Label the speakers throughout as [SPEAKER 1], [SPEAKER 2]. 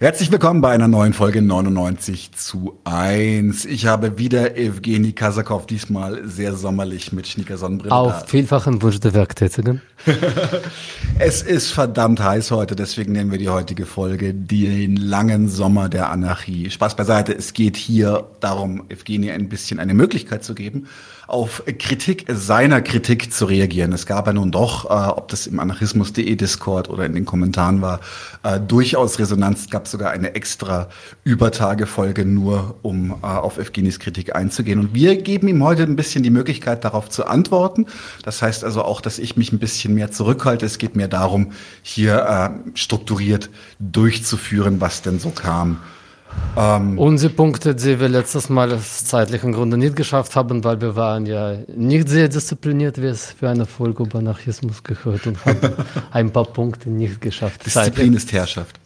[SPEAKER 1] Herzlich willkommen bei einer neuen Folge 99:1. Ich habe wieder Evgeny Kasakov, diesmal sehr sommerlich mit Schnieker-Sonnenbrille.
[SPEAKER 2] Auf vielfachen Wunsch der Werktätigen.
[SPEAKER 1] Es ist verdammt heiß heute, deswegen nennen wir die heutige Folge den langen Sommer der Anarchie. Spaß beiseite, es geht hier darum, Evgeny ein bisschen eine Möglichkeit zu geben, auf Kritik seiner Kritik zu reagieren. Es gab ja nun doch, ob das im Anarchismus.de Discord oder in den Kommentaren war, durchaus Resonanz. Es gab sogar eine extra Übertage-Folge nur, um auf Evgenys Kritik einzugehen. Und wir geben ihm heute ein bisschen die Möglichkeit, darauf zu antworten. Das heißt also auch, dass ich mich ein bisschen mehr zurückhalte. Es geht mir darum, hier strukturiert durchzuführen, was denn so kam.
[SPEAKER 2] Unsere Punkte, die wir letztes Mal aus zeitlichen Gründen nicht geschafft haben, weil wir waren ja nicht sehr diszipliniert, wie es für eine Folge über Anarchismus gehört, und haben ein paar Punkte nicht geschafft.
[SPEAKER 1] Disziplin ist Herrschaft.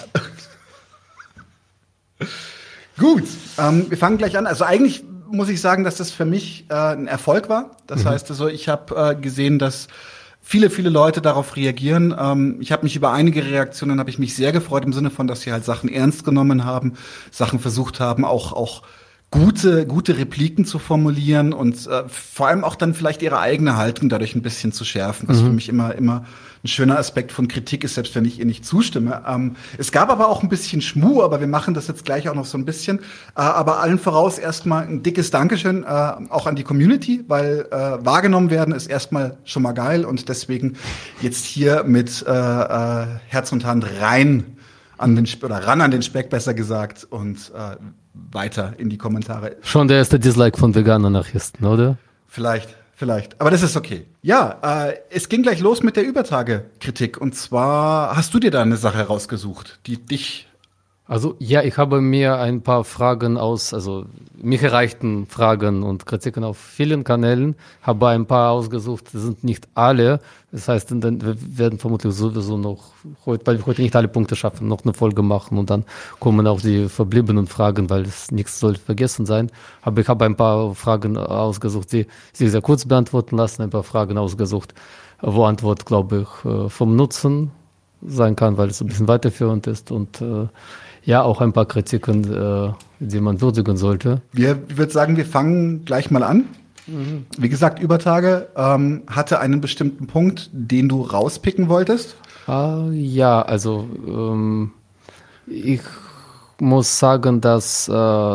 [SPEAKER 1] Gut, wir fangen gleich an. Also eigentlich muss ich sagen, dass das für mich ein Erfolg war. Das heißt also, ich habe gesehen, dass viele Leute darauf reagieren. Ich habe mich über einige Reaktionen habe ich mich sehr gefreut, im Sinne von, dass sie halt Sachen ernst genommen haben, Sachen versucht haben, auch gute Repliken zu formulieren und vor allem auch dann vielleicht ihre eigene Haltung dadurch ein bisschen zu schärfen, was für mich immer ein schöner Aspekt von Kritik ist, selbst wenn ich ihr nicht zustimme. Es gab aber auch ein bisschen Schmuh, aber wir machen das jetzt gleich auch noch so ein bisschen. Aber allen voraus erstmal ein dickes Dankeschön auch an die Community, weil wahrgenommen werden ist erstmal schon mal geil und deswegen jetzt hier mit Herz und Hand ran an den Speck, besser gesagt, und weiter in die Kommentare.
[SPEAKER 2] Schon der erste Dislike von veganen Anarchisten, oder?
[SPEAKER 1] Vielleicht. Aber das ist okay. Ja, es ging gleich los mit der Übertage-Kritik. Und zwar hast du dir da eine Sache rausgesucht, die dich...
[SPEAKER 2] Also ja, ich habe mir ein paar Fragen mich erreichten Fragen und Kritiken auf vielen Kanälen, habe ein paar ausgesucht, das sind nicht alle. Das heißt, dann wir werden vermutlich sowieso noch, weil wir heute nicht alle Punkte schaffen, noch eine Folge machen und dann kommen auch die verbliebenen Fragen, weil es nichts soll vergessen sein. Aber ich habe ein paar Fragen ausgesucht, die sich sehr kurz beantworten lassen, ein paar Fragen ausgesucht, wo Antwort, glaube ich, vom Nutzen sein kann, weil es ein bisschen weiterführend ist und ja, auch ein paar Kritiken, die man würdigen sollte.
[SPEAKER 1] Ich würde sagen, wir fangen gleich mal an. Wie gesagt, Übertage hatte einen bestimmten Punkt, den du rauspicken wolltest.
[SPEAKER 2] Ja, also ich muss sagen, dass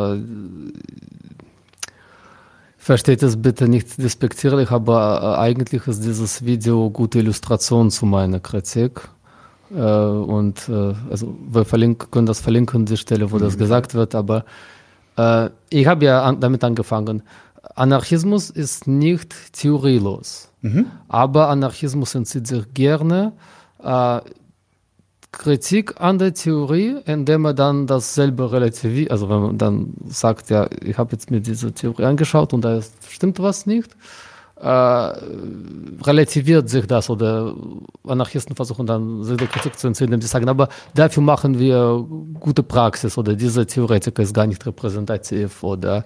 [SPEAKER 2] versteht es bitte nicht despektierlich, aber eigentlich ist dieses Video gute Illustration zu meiner Kritik. Also wir können das verlinken, die Stelle, wo das gesagt wird, aber ich habe ja damit angefangen. Anarchismus ist nicht theorielos, aber Anarchismus entzieht sich gerne Kritik an der Theorie, indem er dann dasselbe relativiert, also wenn man dann sagt, ja, ich habe jetzt mir diese Theorie angeschaut und da stimmt was nicht, relativiert sich das, oder Anarchisten versuchen dann, sich der Kritik zu entziehen, indem sie sagen, aber dafür machen wir gute Praxis, oder dieser Theoretiker ist gar nicht repräsentativ, oder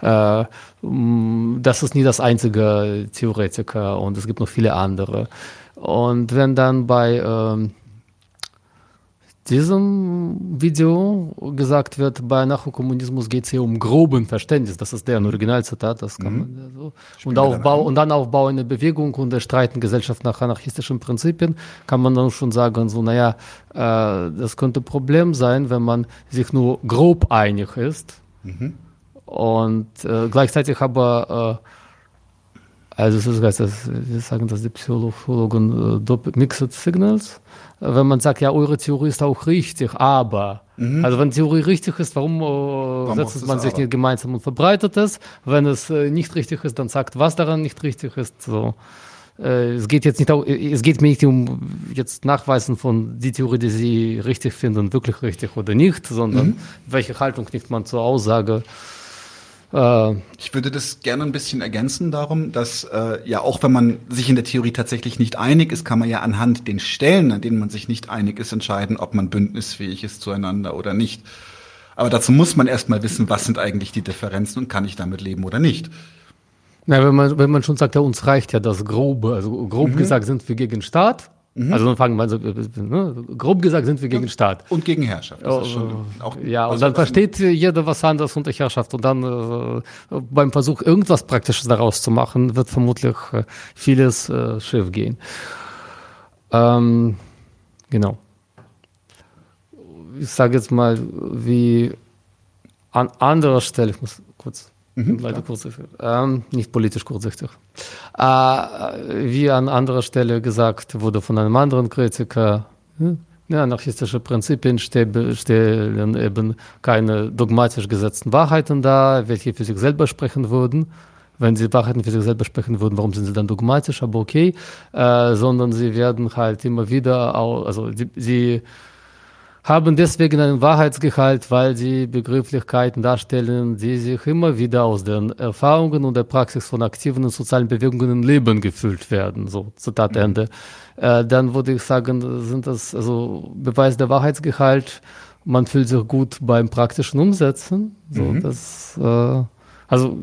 [SPEAKER 2] das ist nie das einzige Theoretiker und es gibt noch viele andere. Und wenn dann bei diesem Video gesagt wird, bei Anarchokommunismus geht es hier um groben Verständnis, das ist deren Originalzitat, das kann man ja so. Und dann Aufbau einer Bewegung und der streiten Gesellschaft nach anarchistischen Prinzipien, kann man dann schon sagen, so, naja, das könnte ein Problem sein, wenn man sich nur grob einig ist. Und gleichzeitig aber, also wir sagen das die Psychologen, Mixed Signals, wenn man sagt, ja, eure Theorie ist auch richtig, aber, also wenn Theorie richtig ist, warum setzt man sich nicht gemeinsam und verbreitet es? Wenn es nicht richtig ist, dann sagt, was daran nicht richtig ist. So. Es geht mir nicht um jetzt Nachweisen von die Theorie, die Sie richtig finden, wirklich richtig oder nicht, sondern welche Haltung nimmt man zur Aussage.
[SPEAKER 1] Ich würde das gerne ein bisschen ergänzen darum, dass ja auch wenn man sich in der Theorie tatsächlich nicht einig ist, kann man ja anhand den Stellen, an denen man sich nicht einig ist, entscheiden, ob man bündnisfähig ist zueinander oder nicht. Aber dazu muss man erstmal wissen, was sind eigentlich die Differenzen und kann ich damit leben oder nicht.
[SPEAKER 2] Na, wenn man schon sagt, ja, uns reicht ja das Grobe, also grob gesagt sind wir gegen Staat, Also dann fangen wir so, ne? Grob gesagt sind wir gegen Staat.
[SPEAKER 1] Und gegen Herrschaft. Das ist schon auch,
[SPEAKER 2] ja, und dann versteht jeder was anderes unter Herrschaft. Und dann beim Versuch, irgendwas Praktisches daraus zu machen, wird vermutlich vieles schief gehen. Genau. Ich sage jetzt mal, wie an anderer Stelle, ich muss kurz, leider kurzsichtig, nicht politisch kurzsichtig, wie an anderer Stelle gesagt wurde von einem anderen Kritiker, anarchistische Prinzipien stellen eben keine dogmatisch gesetzten Wahrheiten dar, welche für sich selber sprechen würden. Wenn sie Wahrheiten für sich selber sprechen würden, warum sind sie dann dogmatisch, aber okay, sondern sie werden halt immer wieder, also sie haben deswegen einen Wahrheitsgehalt, weil sie Begrifflichkeiten darstellen, die sich immer wieder aus den Erfahrungen und der Praxis von aktiven und sozialen Bewegungen im Leben gefüllt werden. So, Zitat Ende. Dann würde ich sagen, sind das also Beweis der Wahrheitsgehalt. Man fühlt sich gut beim praktischen Umsetzen. So, das, also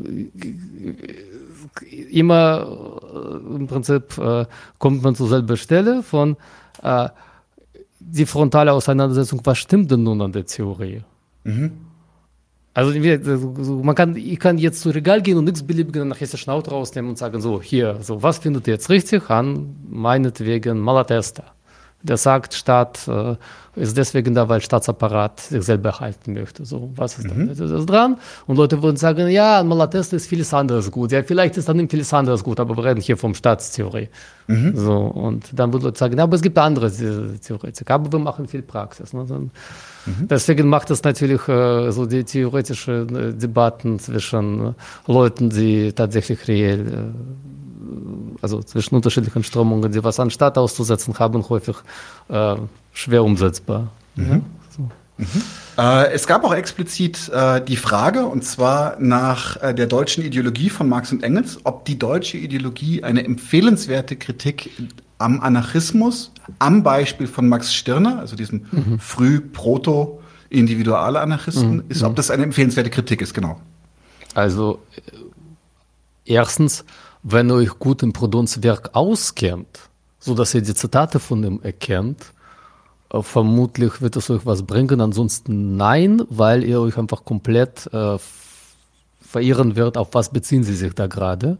[SPEAKER 2] immer im Prinzip kommt man zur selben Stelle von die frontale Auseinandersetzung, was stimmt denn nun an der Theorie? Also ich kann jetzt zu Regal gehen und nichts beliebigen anarchistischen Autor rausnehmen und sagen, so, hier, so, was findet ihr jetzt richtig an, meinetwegen Malatesta. Der sagt, Staat ist deswegen da, weil Staatsapparat sich selber erhalten möchte. So, was ist da dran? Und Leute würden sagen, ja, an Malatesta ist vieles anderes gut. Ja, vielleicht ist an ihm vieles anderes gut, aber wir reden hier vom Staatstheorie. So, und dann würden Leute sagen, ja, aber es gibt andere Theoretiker, aber wir machen viel Praxis. Ne? Deswegen macht es natürlich so die theoretische Debatten zwischen Leuten, die tatsächlich reell also zwischen unterschiedlichen Strömungen, die was an Staat auszusetzen haben, häufig schwer umsetzbar. Ja, so.
[SPEAKER 1] Es gab auch explizit die Frage, und zwar nach der deutschen Ideologie von Marx und Engels, ob die deutsche Ideologie eine empfehlenswerte Kritik am Anarchismus, am Beispiel von Max Stirner, also diesem Früh-Proto-Individualanarchisten, ist, ob das eine empfehlenswerte Kritik ist, genau.
[SPEAKER 2] Also erstens, wenn ihr euch gut im Proudhons Werk auskennt, so dass ihr die Zitate von ihm erkennt, vermutlich wird es euch was bringen. Ansonsten nein, weil ihr euch einfach komplett verirren wird, auf was beziehen sie sich da gerade.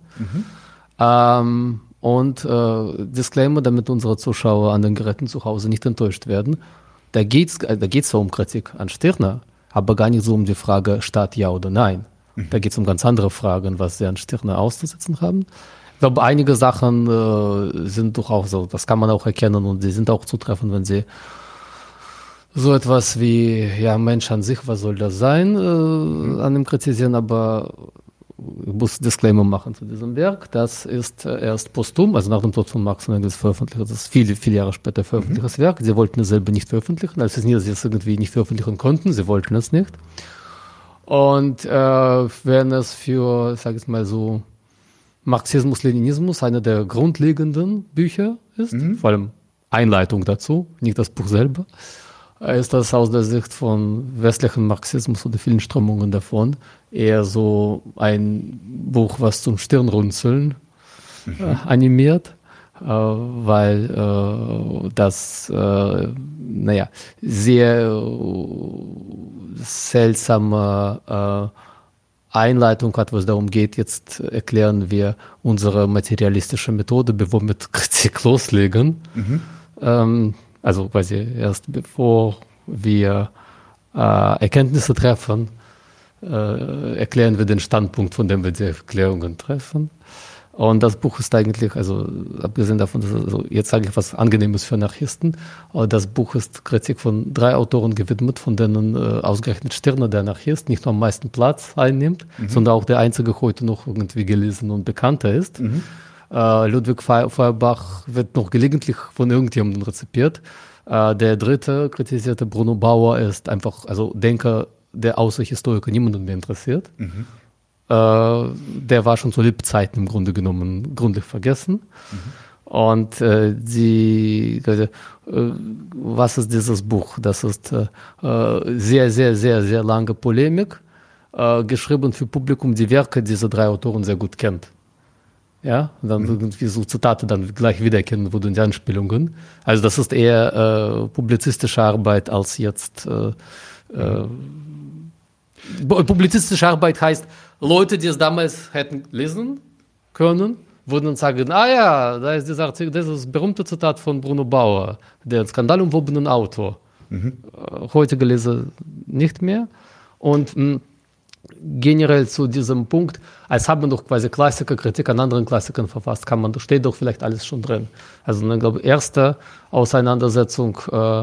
[SPEAKER 2] Und Disclaimer, damit unsere Zuschauer an den Geräten zu Hause nicht enttäuscht werden. Da geht's zwar um Kritik an Stirner, aber gar nicht so um die Frage Staat ja oder nein. Da geht es um ganz andere Fragen, was sie an Stirner auszusetzen haben. Ich glaube, einige Sachen sind doch auch so, das kann man auch erkennen und die sind auch zutreffend, wenn sie so etwas wie, ja, Mensch an sich, was soll das sein, an dem kritisieren, aber ich muss Disclaimer machen zu diesem Werk. Das ist erst posthum, also nach dem Tod von Marx und Engels veröffentlicht. Das ist viele Jahre später veröffentlichtes Werk. Sie wollten es selber nicht veröffentlichen, als es nie, dass sie es irgendwie nicht veröffentlichen konnten. Sie wollten es nicht. Und wenn es für, sag ich mal so, Marxismus-Leninismus einer der grundlegenden Bücher ist, vor allem Einleitung dazu, nicht das Buch selber, ist das aus der Sicht von westlichen Marxismus oder vielen Strömungen davon eher so ein Buch, was zum Stirnrunzeln animiert, weil das, sehr seltsame Einleitung hat, wo es darum geht, jetzt erklären wir unsere materialistische Methode, bevor wir mit Kritik loslegen. Also quasi erst bevor wir Erkenntnisse treffen, erklären wir den Standpunkt, von dem wir die Erklärungen treffen. Und das Buch ist eigentlich, also abgesehen davon, dass also jetzt sage ich was Angenehmes für Anarchisten, aber das Buch ist Kritik von 3 Autoren gewidmet, von denen ausgerechnet Stirner, der Anarchist, nicht nur am meisten Platz einnimmt, sondern auch der einzige heute noch irgendwie gelesen und bekannter ist. Ludwig Feuerbach wird noch gelegentlich von irgendjemandem rezipiert. Der dritte kritisierte Bruno Bauer ist einfach, also Denker, der außer Historiker niemanden mehr interessiert. Der war schon zu Lebzeiten im Grunde genommen gründlich vergessen. Und was ist dieses Buch? Das ist sehr, sehr, sehr, sehr lange Polemik, geschrieben für Publikum, die Werke dieser 3 Autoren sehr gut kennt. Ja, und dann irgendwie so Zitate dann gleich wiedererkennen, wo du in die Anspielungen. Also das ist eher publizistische Arbeit als jetzt publizistische Arbeit heißt, Leute, die es damals hätten lesen können, würden dann sagen, da ist dieses berühmte Zitat von Bruno Bauer, der skandalumwobenen Autor. Heute gelesen nicht mehr. Und generell zu diesem Punkt, als haben wir doch quasi Klassiker, Kritik an anderen Klassikern verfasst, steht doch vielleicht alles schon drin. Also ich glaube, erste Auseinandersetzung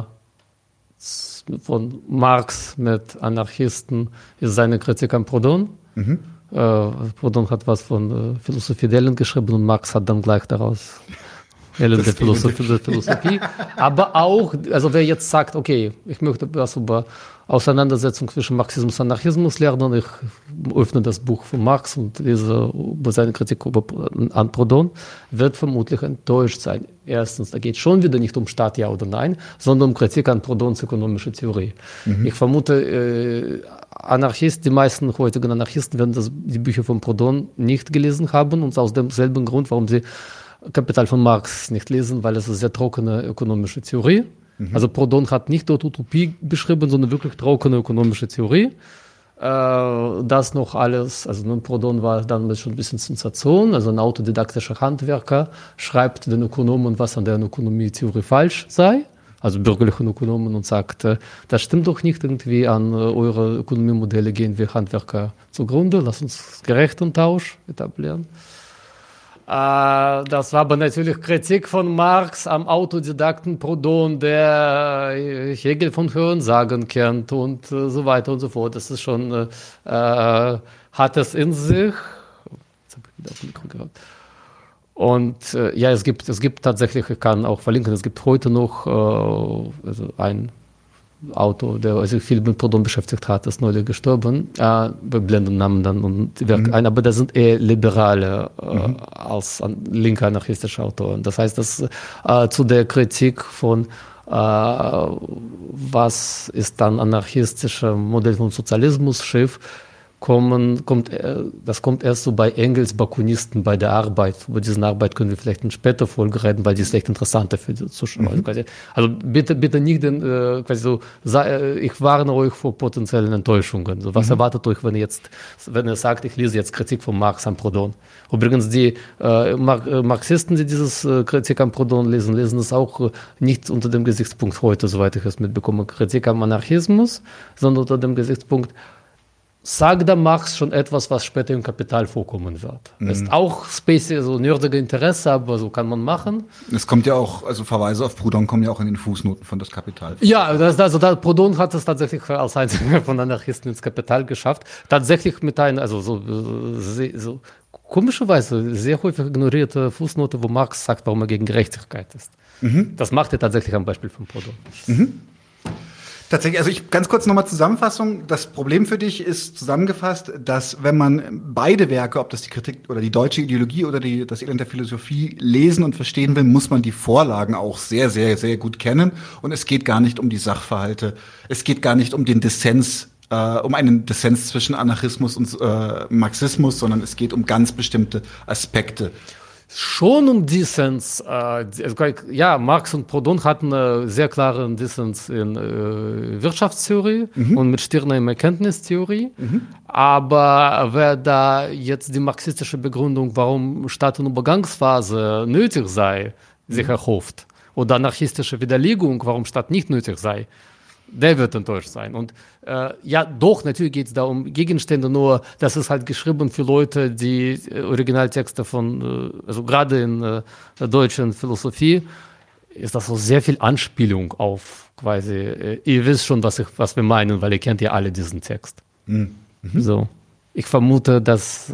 [SPEAKER 2] von Marx mit Anarchisten ist seine Kritik an Proudhon. Proudhon hat was von Philosophie der Elend geschrieben und Marx hat dann gleich daraus Elend der Philosophie. Aber auch, also wer jetzt sagt, okay, ich möchte was über Auseinandersetzung zwischen Marxismus und Anarchismus lernen, ich öffne das Buch von Marx und lese über seine Kritik an Proudhon, wird vermutlich enttäuscht sein. Erstens, da geht es schon wieder nicht um Staat, ja oder nein, sondern um Kritik an Proudhons ökonomische Theorie. Ich vermute, die meisten heutigen Anarchisten werden die Bücher von Proudhon nicht gelesen haben und aus demselben Grund, warum sie Kapital von Marx nicht lesen, weil es ist sehr trockene ökonomische Theorie. Also Proudhon hat nicht dort Utopie beschrieben, sondern wirklich trockene ökonomische Theorie. Das noch alles, also Proudhon war dann schon ein bisschen Sensation, also ein autodidaktischer Handwerker schreibt den Ökonomen, was an der Ökonomietheorie falsch sei, also bürgerlichen Ökonomen, und sagt, das stimmt doch nicht, irgendwie an eure Ökonomiemodelle gehen wir Handwerker zugrunde, lasst uns gerechten Tausch etablieren. Das war aber natürlich Kritik von Marx am Autodidakten Proudhon, der Hegel von Hörensagen kennt und so weiter und so fort. Das ist schon, hat es in sich. Jetzt habe ich wieder auf dem Mikro gehabt. Und es gibt tatsächlich, ich kann auch verlinken, es gibt heute noch also ein Autor, der sich viel mit Proudhon beschäftigt hat, ist neulich gestorben. Wir blenden Namen dann und Werke ein, aber das sind eher liberale als linke anarchistische Autoren. Das heißt, dass zu der Kritik von was ist dann anarchistischer Modell von Sozialismus schief, das kommt erst so bei Engels Bakunisten bei der Arbeit. Über diese Arbeit können wir vielleicht in später Folge reden, weil die ist vielleicht interessanter für die Zuschauer. Also bitte nicht ich warne euch vor potenziellen Enttäuschungen. So, was erwartet euch, wenn ihr sagt, ich lese jetzt Kritik von Marx an Proudhon? Übrigens, die Marxisten, die dieses Kritik an Proudhon lesen es auch nicht unter dem Gesichtspunkt heute, soweit ich es mitbekomme, Kritik am Anarchismus, sondern unter dem Gesichtspunkt, sagt da Marx schon etwas, was später im Kapital vorkommen wird. Das ist auch so nerdige Interesse, aber so kann man machen.
[SPEAKER 1] Es kommt ja auch, also Verweise auf Proudhon kommen ja auch in den Fußnoten von das Kapital.
[SPEAKER 2] Ja, Proudhon hat es tatsächlich als einziger von Anarchisten ins Kapital geschafft. Tatsächlich mit einer, so komischerweise sehr häufig ignorierte Fußnote, wo Marx sagt, warum er gegen Gerechtigkeit ist. Das macht er tatsächlich am Beispiel von Proudhon.
[SPEAKER 1] Tatsächlich, also ganz kurz nochmal Zusammenfassung. Das Problem für dich ist zusammengefasst, dass wenn man beide Werke, ob das die Kritik oder die deutsche Ideologie oder das Elend der Philosophie lesen und verstehen will, muss man die Vorlagen auch sehr, sehr, sehr gut kennen. Und es geht gar nicht um die Sachverhalte. Es geht gar nicht um den Dissens, um einen Dissens zwischen Anarchismus und Marxismus, sondern es geht um ganz bestimmte Aspekte.
[SPEAKER 2] Schon um Dissens. Marx und Proudhon hatten einen sehr klaren Dissens in Wirtschaftstheorie und mit Stirner in Erkenntnistheorie. Aber wer da jetzt die marxistische Begründung, warum Staat- und Übergangsphase nötig sei, sich erhofft, oder anarchistische Widerlegung, warum Staat nicht nötig sei, der wird enttäuscht sein. Und natürlich geht es da um Gegenstände, nur das ist halt geschrieben für Leute, die Originaltexte also gerade in der deutschen Philosophie, ist das so sehr viel Anspielung auf quasi, ihr wisst schon, was wir meinen, weil ihr kennt ja alle diesen Text. So, ich vermute, dass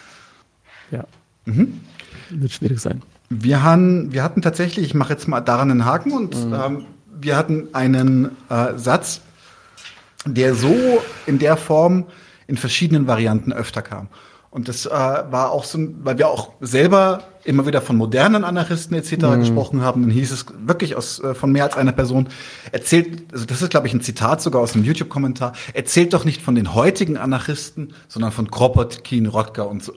[SPEAKER 2] wird schwierig sein.
[SPEAKER 1] Wir hatten tatsächlich, ich mache jetzt mal daran einen Haken und wir hatten einen Satz, der so in der Form in verschiedenen Varianten öfter kam. Und das war auch so, weil wir auch selber immer wieder von modernen Anarchisten etc. gesprochen haben, dann hieß es wirklich von mehr als einer Person, erzählt, also das ist, glaube ich, ein Zitat sogar aus einem YouTube-Kommentar, erzählt doch nicht von den heutigen Anarchisten, sondern von Kropotkin, Rocker und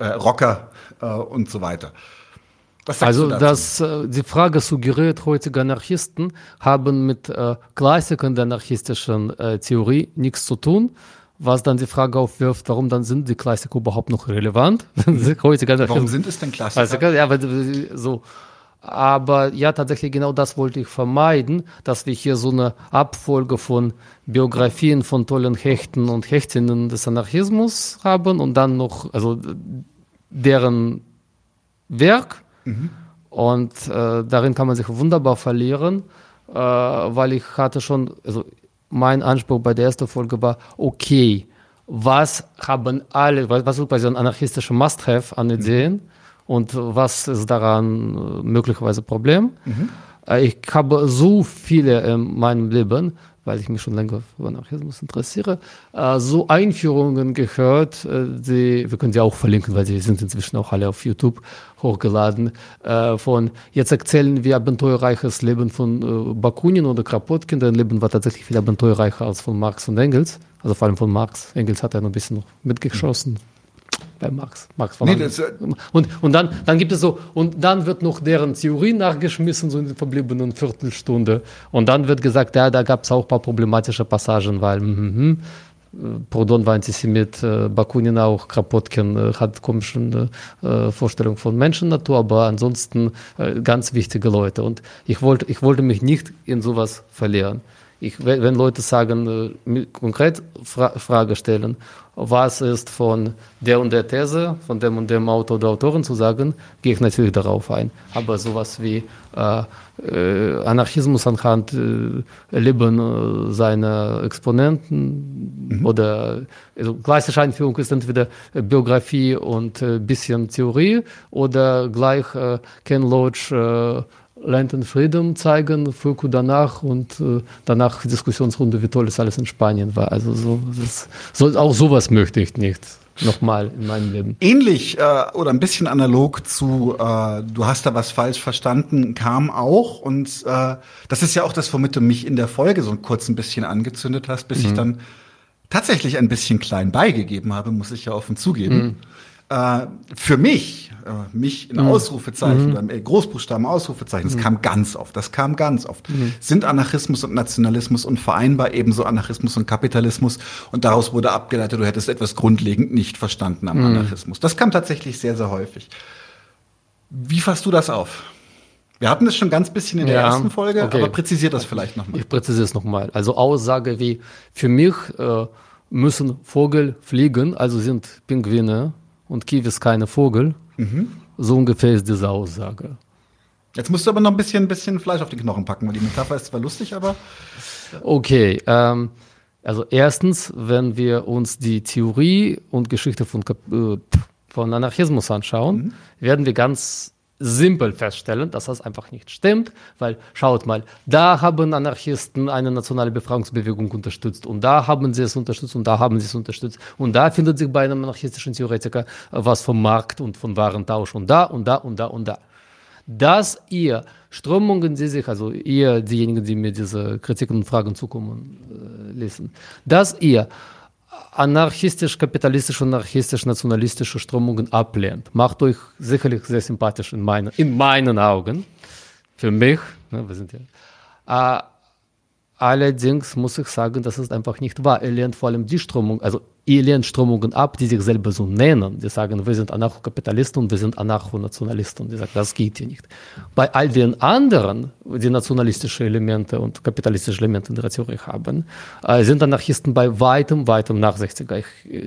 [SPEAKER 1] so weiter.
[SPEAKER 2] Was sagst du dazu? Die Frage suggeriert, heutige Anarchisten haben mit Klassikern der anarchistischen Theorie nichts zu tun, was dann die Frage aufwirft, warum dann sind die Klassiker überhaupt noch relevant?
[SPEAKER 1] Warum sind es denn Klassiker?
[SPEAKER 2] Ja, so. Aber ja, tatsächlich genau das wollte ich vermeiden, dass wir hier so eine Abfolge von Biografien von tollen Hechten und Hechtinnen des Anarchismus haben und dann noch, also deren Werk. Und darin kann man sich wunderbar verlieren, weil ich hatte schon, also mein Anspruch bei der ersten Folge war, okay, was ist bei so einem anarchistischen Must-Have an Ideen und was ist daran möglicherweise Problem? Ich habe so viele in meinem Leben, weil ich mich schon länger für Anarchismus interessiere, so Einführungen gehört, wir können sie auch verlinken, weil sie sind inzwischen auch alle auf YouTube hochgeladen, jetzt erzählen wir abenteuerreiches Leben von Bakunin oder Kropotkin, deren Leben war tatsächlich viel abenteuerreicher als von Marx und Engels, also vor allem von Marx. Engels hat ja noch ein bisschen noch mitgeschossen. Bei Marx war und dann gibt es so, und dann wird noch deren Theorie nachgeschmissen, so in der verbliebenen Viertelstunde. Und dann wird gesagt, ja, da gab es auch ein paar problematische Passagen, weil Proudhon war Antisemit, Bakunin auch, Kropotkin hat komische Vorstellungen von Menschennatur, aber ansonsten ganz wichtige Leute. Und ich wollte mich nicht in sowas verlieren. Wenn Leute sagen, konkret Frage stellen, was ist von der und der These, von dem und dem Autor oder Autorin zu sagen, gehe ich natürlich darauf ein. Aber sowas wie Anarchismus anhand Leben seiner Exponenten oder also klassische Einführung ist entweder Biografie und bisschen Theorie oder gleich Ken Loach Land and Freedom zeigen, Foucault danach und danach Diskussionsrunde, wie toll es alles in Spanien war. Also auch sowas möchte ich nicht nochmal in meinem Leben.
[SPEAKER 1] Ähnlich oder ein bisschen analog zu du hast da was falsch verstanden, kam auch und das ist ja auch das, womit du mich in der Folge so kurz ein bisschen angezündet hast, bis ich dann tatsächlich ein bisschen klein beigegeben habe, muss ich ja offen zugeben. Für mich in Ausrufezeichen, oder Großbuchstaben Ausrufezeichen, das kam ganz oft. Sind Anarchismus und Nationalismus unvereinbar, ebenso Anarchismus und Kapitalismus? Und daraus wurde abgeleitet, du hättest etwas grundlegend nicht verstanden am Anarchismus. Das kam tatsächlich sehr, sehr häufig. Wie fasst du das auf? Wir hatten das schon ganz bisschen in der ersten Folge, aber präzisiert das vielleicht nochmal.
[SPEAKER 2] Ich präzisiere es nochmal. Also Aussage wie, für mich müssen Vögel fliegen, also sind Pinguine und Kiwis keine Vogel. So ungefähr ist diese Aussage.
[SPEAKER 1] Jetzt musst du aber noch ein bisschen Fleisch auf die Knochen packen, weil die Metapher ist zwar lustig, aber...
[SPEAKER 2] Okay, also erstens, wenn wir uns die Theorie und Geschichte von Anarchismus anschauen, werden wir ganz simpel feststellen, dass das einfach nicht stimmt, weil schaut mal, da haben Anarchisten eine nationale Befreiungsbewegung unterstützt und da haben sie es unterstützt und da haben sie es unterstützt und da findet sich bei einem anarchistischen Theoretiker was vom Markt und von Warentausch und da und da und da und da. Dass ihr Strömungen, die sich, also ihr, diejenigen, die mir diese Kritiken und Fragen zukommen lesen, dass ihr anarchistisch-kapitalistische, anarchistisch-nationalistische Strömungen ablehnt. Macht euch sicherlich sehr sympathisch in meinen Augen. Für mich. Ne, wir sind ja. Allerdings muss ich sagen, das ist einfach nicht wahr. Ihr lehnt vor allem die Strömung, also ihr lehnt Strömungen ab, die sich selber so nennen. Die sagen, wir sind Anarchokapitalisten und wir sind Anarchonationalisten. Und die sagen, das geht hier nicht. Bei all den anderen, die nationalistische Elemente und kapitalistische Elemente in der Theorie haben, sind Anarchisten bei weitem nach 60er.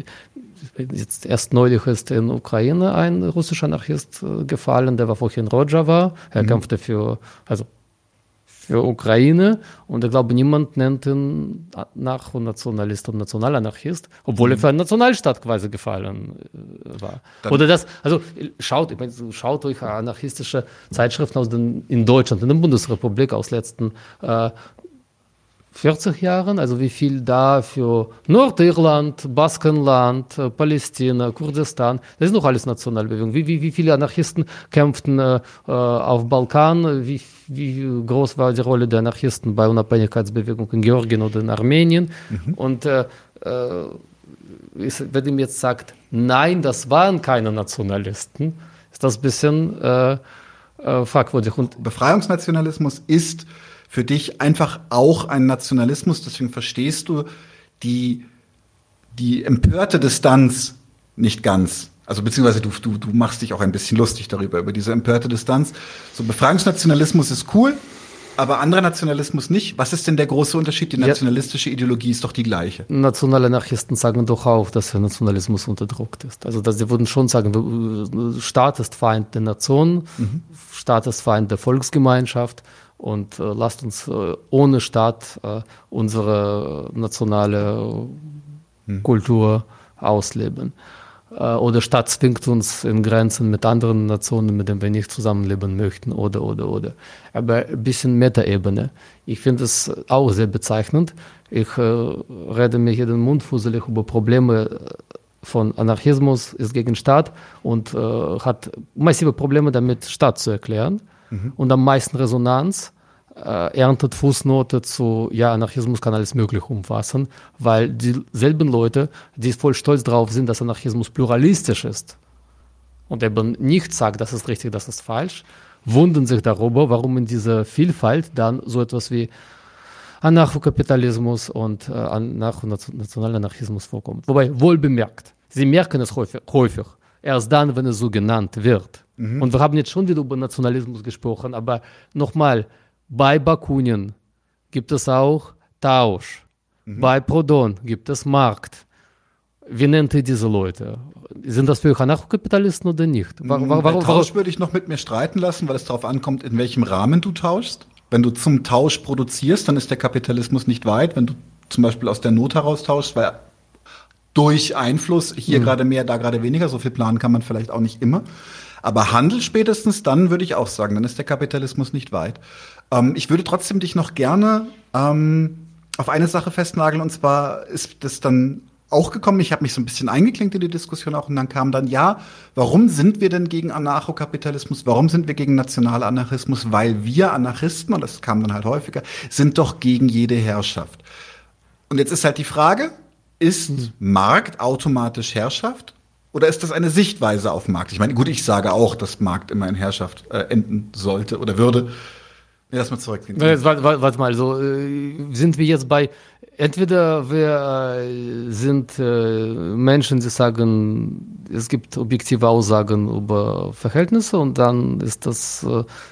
[SPEAKER 2] Jetzt erst neulich ist in Ukraine ein russischer Anarchist gefallen, der war vorher in Rojava. Er kämpfte für Ukraine und ich glaube, niemand nennt ihn Nationalist und Nationalanarchist, obwohl er für einen Nationalstaat quasi gefallen war. Oder das, also schaut euch anarchistische Zeitschriften in Deutschland, in der Bundesrepublik aus letzten 40 Jahren, also wie viel da für Nordirland, Baskenland, Palästina, Kurdistan, das ist noch alles Nationalbewegung. Wie viele Anarchisten kämpften auf Balkan, wie groß war die Rolle der Anarchisten bei Unabhängigkeitsbewegung in Georgien oder in Armenien? Und wenn ihm jetzt sagt, nein, das waren keine Nationalisten, ist das ein bisschen fragwürdig. Und
[SPEAKER 1] Befreiungsnationalismus ist für dich einfach auch ein Nationalismus, deswegen verstehst du die empörte Distanz nicht ganz. Also beziehungsweise du machst dich auch ein bisschen lustig darüber, über diese empörte Distanz. So, Befreiungsnationalismus ist cool, aber anderer Nationalismus nicht. Was ist denn der große Unterschied? Die nationalistische Ideologie ist doch die gleiche.
[SPEAKER 2] Nationale Anarchisten sagen doch auch, dass der Nationalismus unterdrückt ist. Also sie würden schon sagen, Staat ist Feind der Nation, Staat ist Feind der Volksgemeinschaft. Und lasst uns ohne Staat unsere nationale Kultur ausleben. Oder Staat zwingt uns in Grenzen mit anderen Nationen, mit denen wir nicht zusammenleben möchten, oder. Aber ein bisschen Metaebene. Ich finde es auch sehr bezeichnend. Ich rede mir hier den Mund fusselig über Probleme von Anarchismus, ist gegen Staat und hat massive Probleme damit, Staat zu erklären. Und am meisten Resonanz erntet Fußnote zu, Anarchismus kann alles Mögliche umfassen, weil dieselben Leute, die voll stolz drauf sind, dass Anarchismus pluralistisch ist und eben nicht sagt, das ist richtig, das ist falsch, wundern sich darüber, warum in dieser Vielfalt dann so etwas wie Anarchokapitalismus und nationaler Anarchismus vorkommt. Wobei, wohl bemerkt, sie merken es häufig, erst dann, wenn es so genannt wird. Und wir haben jetzt schon wieder über Nationalismus gesprochen, aber nochmal, bei Bakunin gibt es auch Tausch. Bei Proudhon gibt es Markt. Wie nennt ihr diese Leute? Sind das für euch Anarchokapitalisten oder nicht?
[SPEAKER 1] Bei Tausch würde ich noch mit mir streiten lassen, weil es darauf ankommt, in welchem Rahmen du tauschst. Wenn du zum Tausch produzierst, dann ist der Kapitalismus nicht weit. Wenn du zum Beispiel aus der Not heraus tauschst, weil durch Einfluss hier gerade mehr, da gerade weniger, so viel planen kann man vielleicht auch nicht immer. Aber Handel spätestens, dann würde ich auch sagen, dann ist der Kapitalismus nicht weit. Ich würde trotzdem dich noch gerne auf eine Sache festnageln, und zwar ist das dann auch gekommen, ich habe mich so ein bisschen eingeklinkt in die Diskussion auch, und dann kam dann, warum sind wir denn gegen Anarchokapitalismus, warum sind wir gegen nationaler Anarchismus? Weil wir Anarchisten, und das kam dann halt häufiger, sind doch gegen jede Herrschaft. Und jetzt ist halt die Frage, ist Markt automatisch Herrschaft? Oder ist das eine Sichtweise auf Markt? Ich meine, gut, ich sage auch, dass Markt immer in Herrschaft enden sollte oder würde. Lass mal zurück.
[SPEAKER 2] Warte mal, so sind wir jetzt bei, entweder wir sind Menschen, die sagen, es gibt objektive Aussagen über Verhältnisse und dann ist das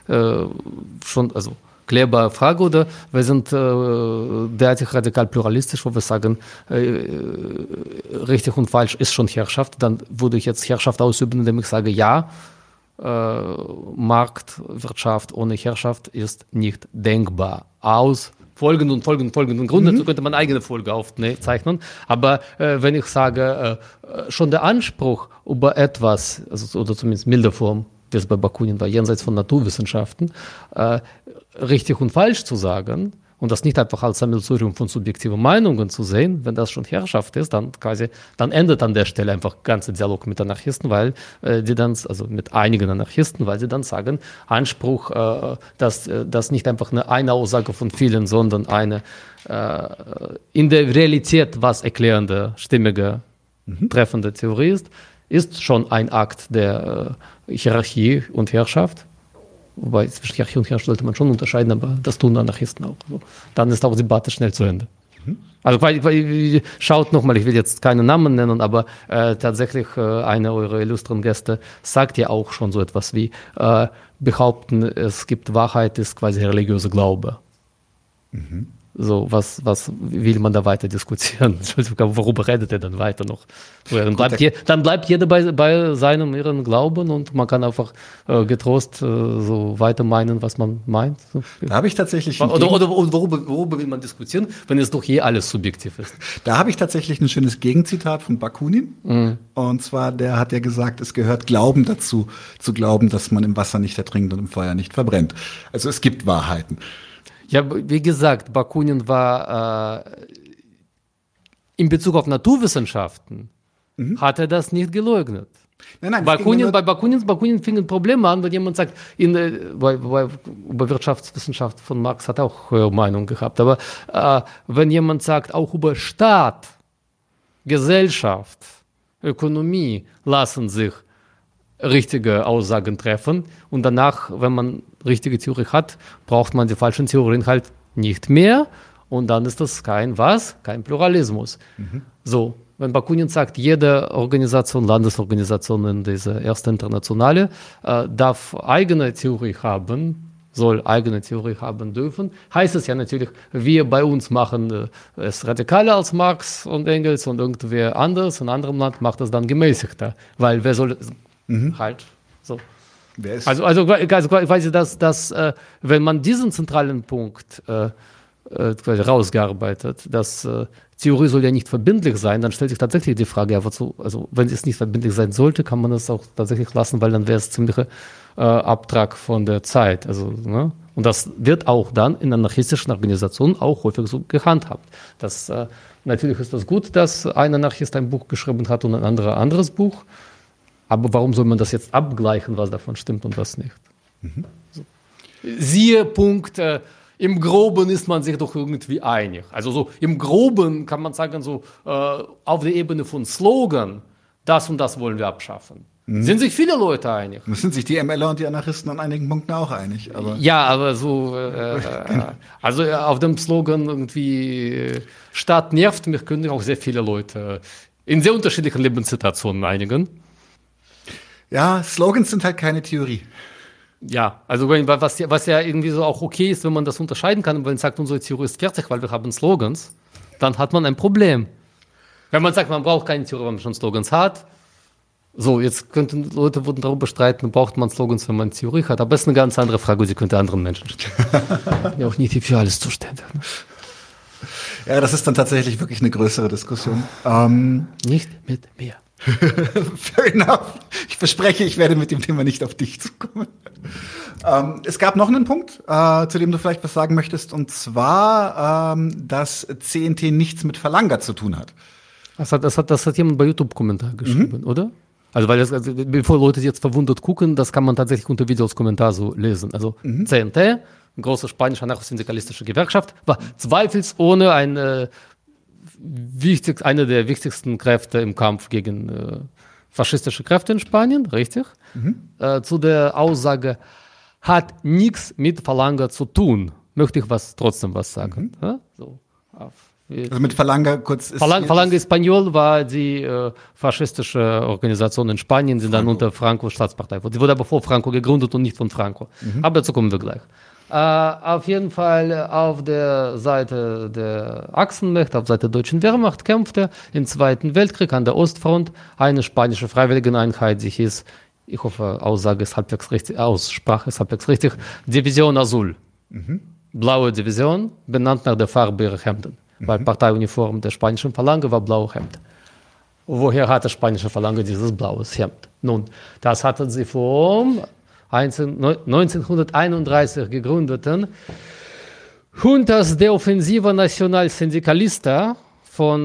[SPEAKER 2] schon, also klärbare Frage, oder wir sind derartig radikal pluralistisch, wo wir sagen, richtig und falsch ist schon Herrschaft, dann würde ich jetzt Herrschaft ausüben, indem ich sage, Marktwirtschaft ohne Herrschaft ist nicht denkbar. Aus folgenden Gründen, dazu könnte man eigene Folge aufzeichnen. Aber wenn ich sage, schon der Anspruch über etwas, also, oder zumindest milde Form, wie es bei Bakunin war, jenseits von Naturwissenschaften, richtig und falsch zu sagen und das nicht einfach als Sammelsurium von subjektiven Meinungen zu sehen, wenn das schon Herrschaft ist, dann endet an der Stelle einfach ganze Dialog mit Anarchisten, weil die dann, also mit einigen Anarchisten, weil sie dann sagen, Anspruch, dass das nicht einfach eine Aussage von vielen, sondern eine in der Realität was erklärende, stimmige, treffende Theorie ist schon ein Akt der Hierarchie und Herrschaft. Wobei zwischen Hierarchie und Herrschaft sollte man schon unterscheiden, aber das tun Anarchisten auch. Also, dann ist auch die Debatte schnell zu Ende. Also schaut nochmal, ich will jetzt keine Namen nennen, aber tatsächlich einer eurer illustren Gäste sagt ja auch schon so etwas wie, behaupten, es gibt Wahrheit, ist quasi religiöser Glaube. So, was will man da weiter diskutieren? Worüber redet er dann weiter noch? Dann bleibt jeder bei seinem ihren Glauben und man kann einfach getrost so weiter meinen, was man meint. So.
[SPEAKER 1] Da habe ich tatsächlich
[SPEAKER 2] oder worüber will man diskutieren, wenn es doch alles subjektiv ist?
[SPEAKER 1] Da habe ich tatsächlich ein schönes Gegenzitat von Bakunin. Und zwar, der hat ja gesagt, es gehört Glauben dazu, zu glauben, dass man im Wasser nicht ertrinkt und im Feuer nicht verbrennt. Also es gibt Wahrheiten.
[SPEAKER 2] Ja, wie gesagt, Bakunin war in Bezug auf Naturwissenschaften, hat er das nicht geleugnet.
[SPEAKER 1] Nein,
[SPEAKER 2] Bakunin fing ein Problem an, wenn jemand sagt, über Wirtschaftswissenschaft von Marx hat er auch Meinung gehabt, aber wenn jemand sagt, auch über Staat, Gesellschaft, Ökonomie lassen sich richtige Aussagen treffen und danach, wenn man richtige Theorie hat, braucht man die falschen Theorien halt nicht mehr und dann ist das kein Pluralismus. So, wenn Bakunin sagt, jede Organisation, Landesorganisation, diese erste Internationale, darf eigene Theorie haben, soll eigene Theorie haben dürfen, heißt es ja natürlich, wir bei uns machen es radikaler als Marx und Engels und irgendwer anders in einem anderen Land macht es dann gemäßigter, weil wer soll halt so. Also quasi, dass wenn man diesen zentralen Punkt quasi rausgearbeitet, dass Theorie soll ja nicht verbindlich sein, dann stellt sich tatsächlich die Frage, also wenn es nicht verbindlich sein sollte, kann man es auch tatsächlich lassen, weil dann wäre es ziemlicher Abtrag von der Zeit. Also, ne? Und das wird auch dann in anarchistischen Organisationen auch häufig so gehandhabt. Natürlich ist das gut, dass ein Anarchist ein Buch geschrieben hat und ein anderer anderes Buch. Aber warum soll man das jetzt abgleichen, was davon stimmt und was nicht? So. Siehe Punkt, im Groben ist man sich doch irgendwie einig. Also so im Groben kann man sagen, so auf der Ebene von Slogan, das und das wollen wir abschaffen. Sind sich viele Leute einig.
[SPEAKER 1] Sind sich die MLer und die Anarchisten an einigen Punkten auch einig. Aber
[SPEAKER 2] ja, aber so, also auf dem Slogan irgendwie Staat nervt mich, können auch sehr viele Leute in sehr unterschiedlichen Lebenssituationen einigen.
[SPEAKER 1] Ja, Slogans sind halt keine Theorie.
[SPEAKER 2] Ja, also was ja irgendwie so auch okay ist, wenn man das unterscheiden kann, wenn man sagt, unsere Theorie ist fertig, weil wir haben Slogans, dann hat man ein Problem. Wenn man sagt, man braucht keine Theorie, wenn man schon Slogans hat, so, jetzt könnten Leute darüber streiten, braucht man Slogans, wenn man Theorie hat, aber das ist eine ganz andere Frage, die könnte anderen Menschen stellen. Ja, auch nicht für alles zuständig. Ne?
[SPEAKER 1] Ja, das ist dann tatsächlich wirklich eine größere Diskussion.
[SPEAKER 2] Nicht mit mir.
[SPEAKER 1] Fair enough. Ich verspreche, ich werde mit dem Thema nicht auf dich zukommen. Es gab noch einen Punkt, zu dem du vielleicht was sagen möchtest, und zwar, dass CNT nichts mit Falanga zu tun hat.
[SPEAKER 2] Das hat jemand bei YouTube-Kommentar geschrieben, oder? Also, bevor Leute jetzt verwundert gucken, das kann man tatsächlich unter Videos Kommentar so lesen. Also, CNT, eine große spanische anarcho-syndikalistische Gewerkschaft, war zweifelsohne eine der wichtigsten Kräfte im Kampf gegen faschistische Kräfte in Spanien, richtig? Zu der Aussage, hat nichts mit Falanga zu tun. Möchte ich trotzdem was sagen. Ja? So,
[SPEAKER 1] also mit Falanga kurz.
[SPEAKER 2] Falanga Español war die faschistische Organisation in Spanien, die dann unter Franco Staatspartei wurde. Die wurde aber vor Franco gegründet und nicht von Franco. Aber dazu kommen wir gleich. Auf jeden Fall auf der Seite der Achsenmächte, auf der Seite der deutschen Wehrmacht kämpfte im Zweiten Weltkrieg an der Ostfront eine spanische Freiwilligeneinheit, die hieß, ich hoffe, Aussprache ist halbwegs richtig, Division Azul. Blaue Division, benannt nach der Farbe ihrer Hemden, weil Parteiuniform der spanischen Phalange war blaues Hemd. Woher hatte spanische Phalange dieses blaues Hemd? Nun, das hatten sie vom 1931 gegründeten Juntas de Ofensiva Nacional Sindicalista von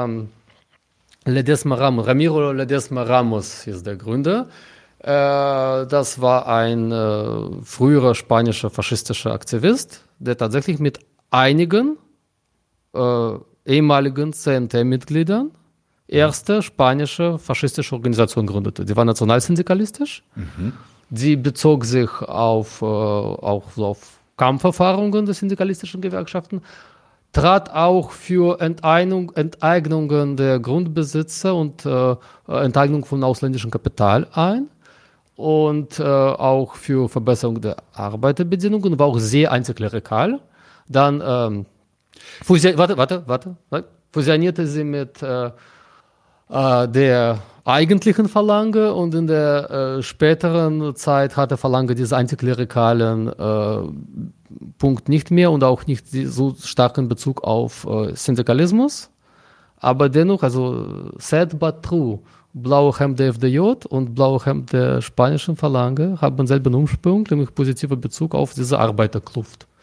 [SPEAKER 2] Ramiro Ledesma Ramos ist der Gründer. Das war ein früherer spanischer faschistischer Aktivist, der tatsächlich mit einigen ehemaligen CNT-Mitgliedern erste spanische faschistische Organisation gründete. Die war nationalsyndikalistisch. Die bezog sich auch auf Kampferfahrungen der syndikalistischen Gewerkschaften, trat auch für Enteignungen der Grundbesitzer und Enteignung von ausländischem Kapital ein und auch für Verbesserung der Arbeiterbedingungen, war auch sehr antiklerikal. Dann fusionierte sie mit der eigentlichen Phalange und in der späteren Zeit hatte Phalange diesen antiklerikalen Punkt nicht mehr und auch nicht so starken Bezug auf Syndikalismus. Aber dennoch, also sad but true, blaue Hemd der FDJ und blaue Hemd der spanischen Phalange haben denselben Ursprung, nämlich positiver Bezug auf diese Arbeiterkluft.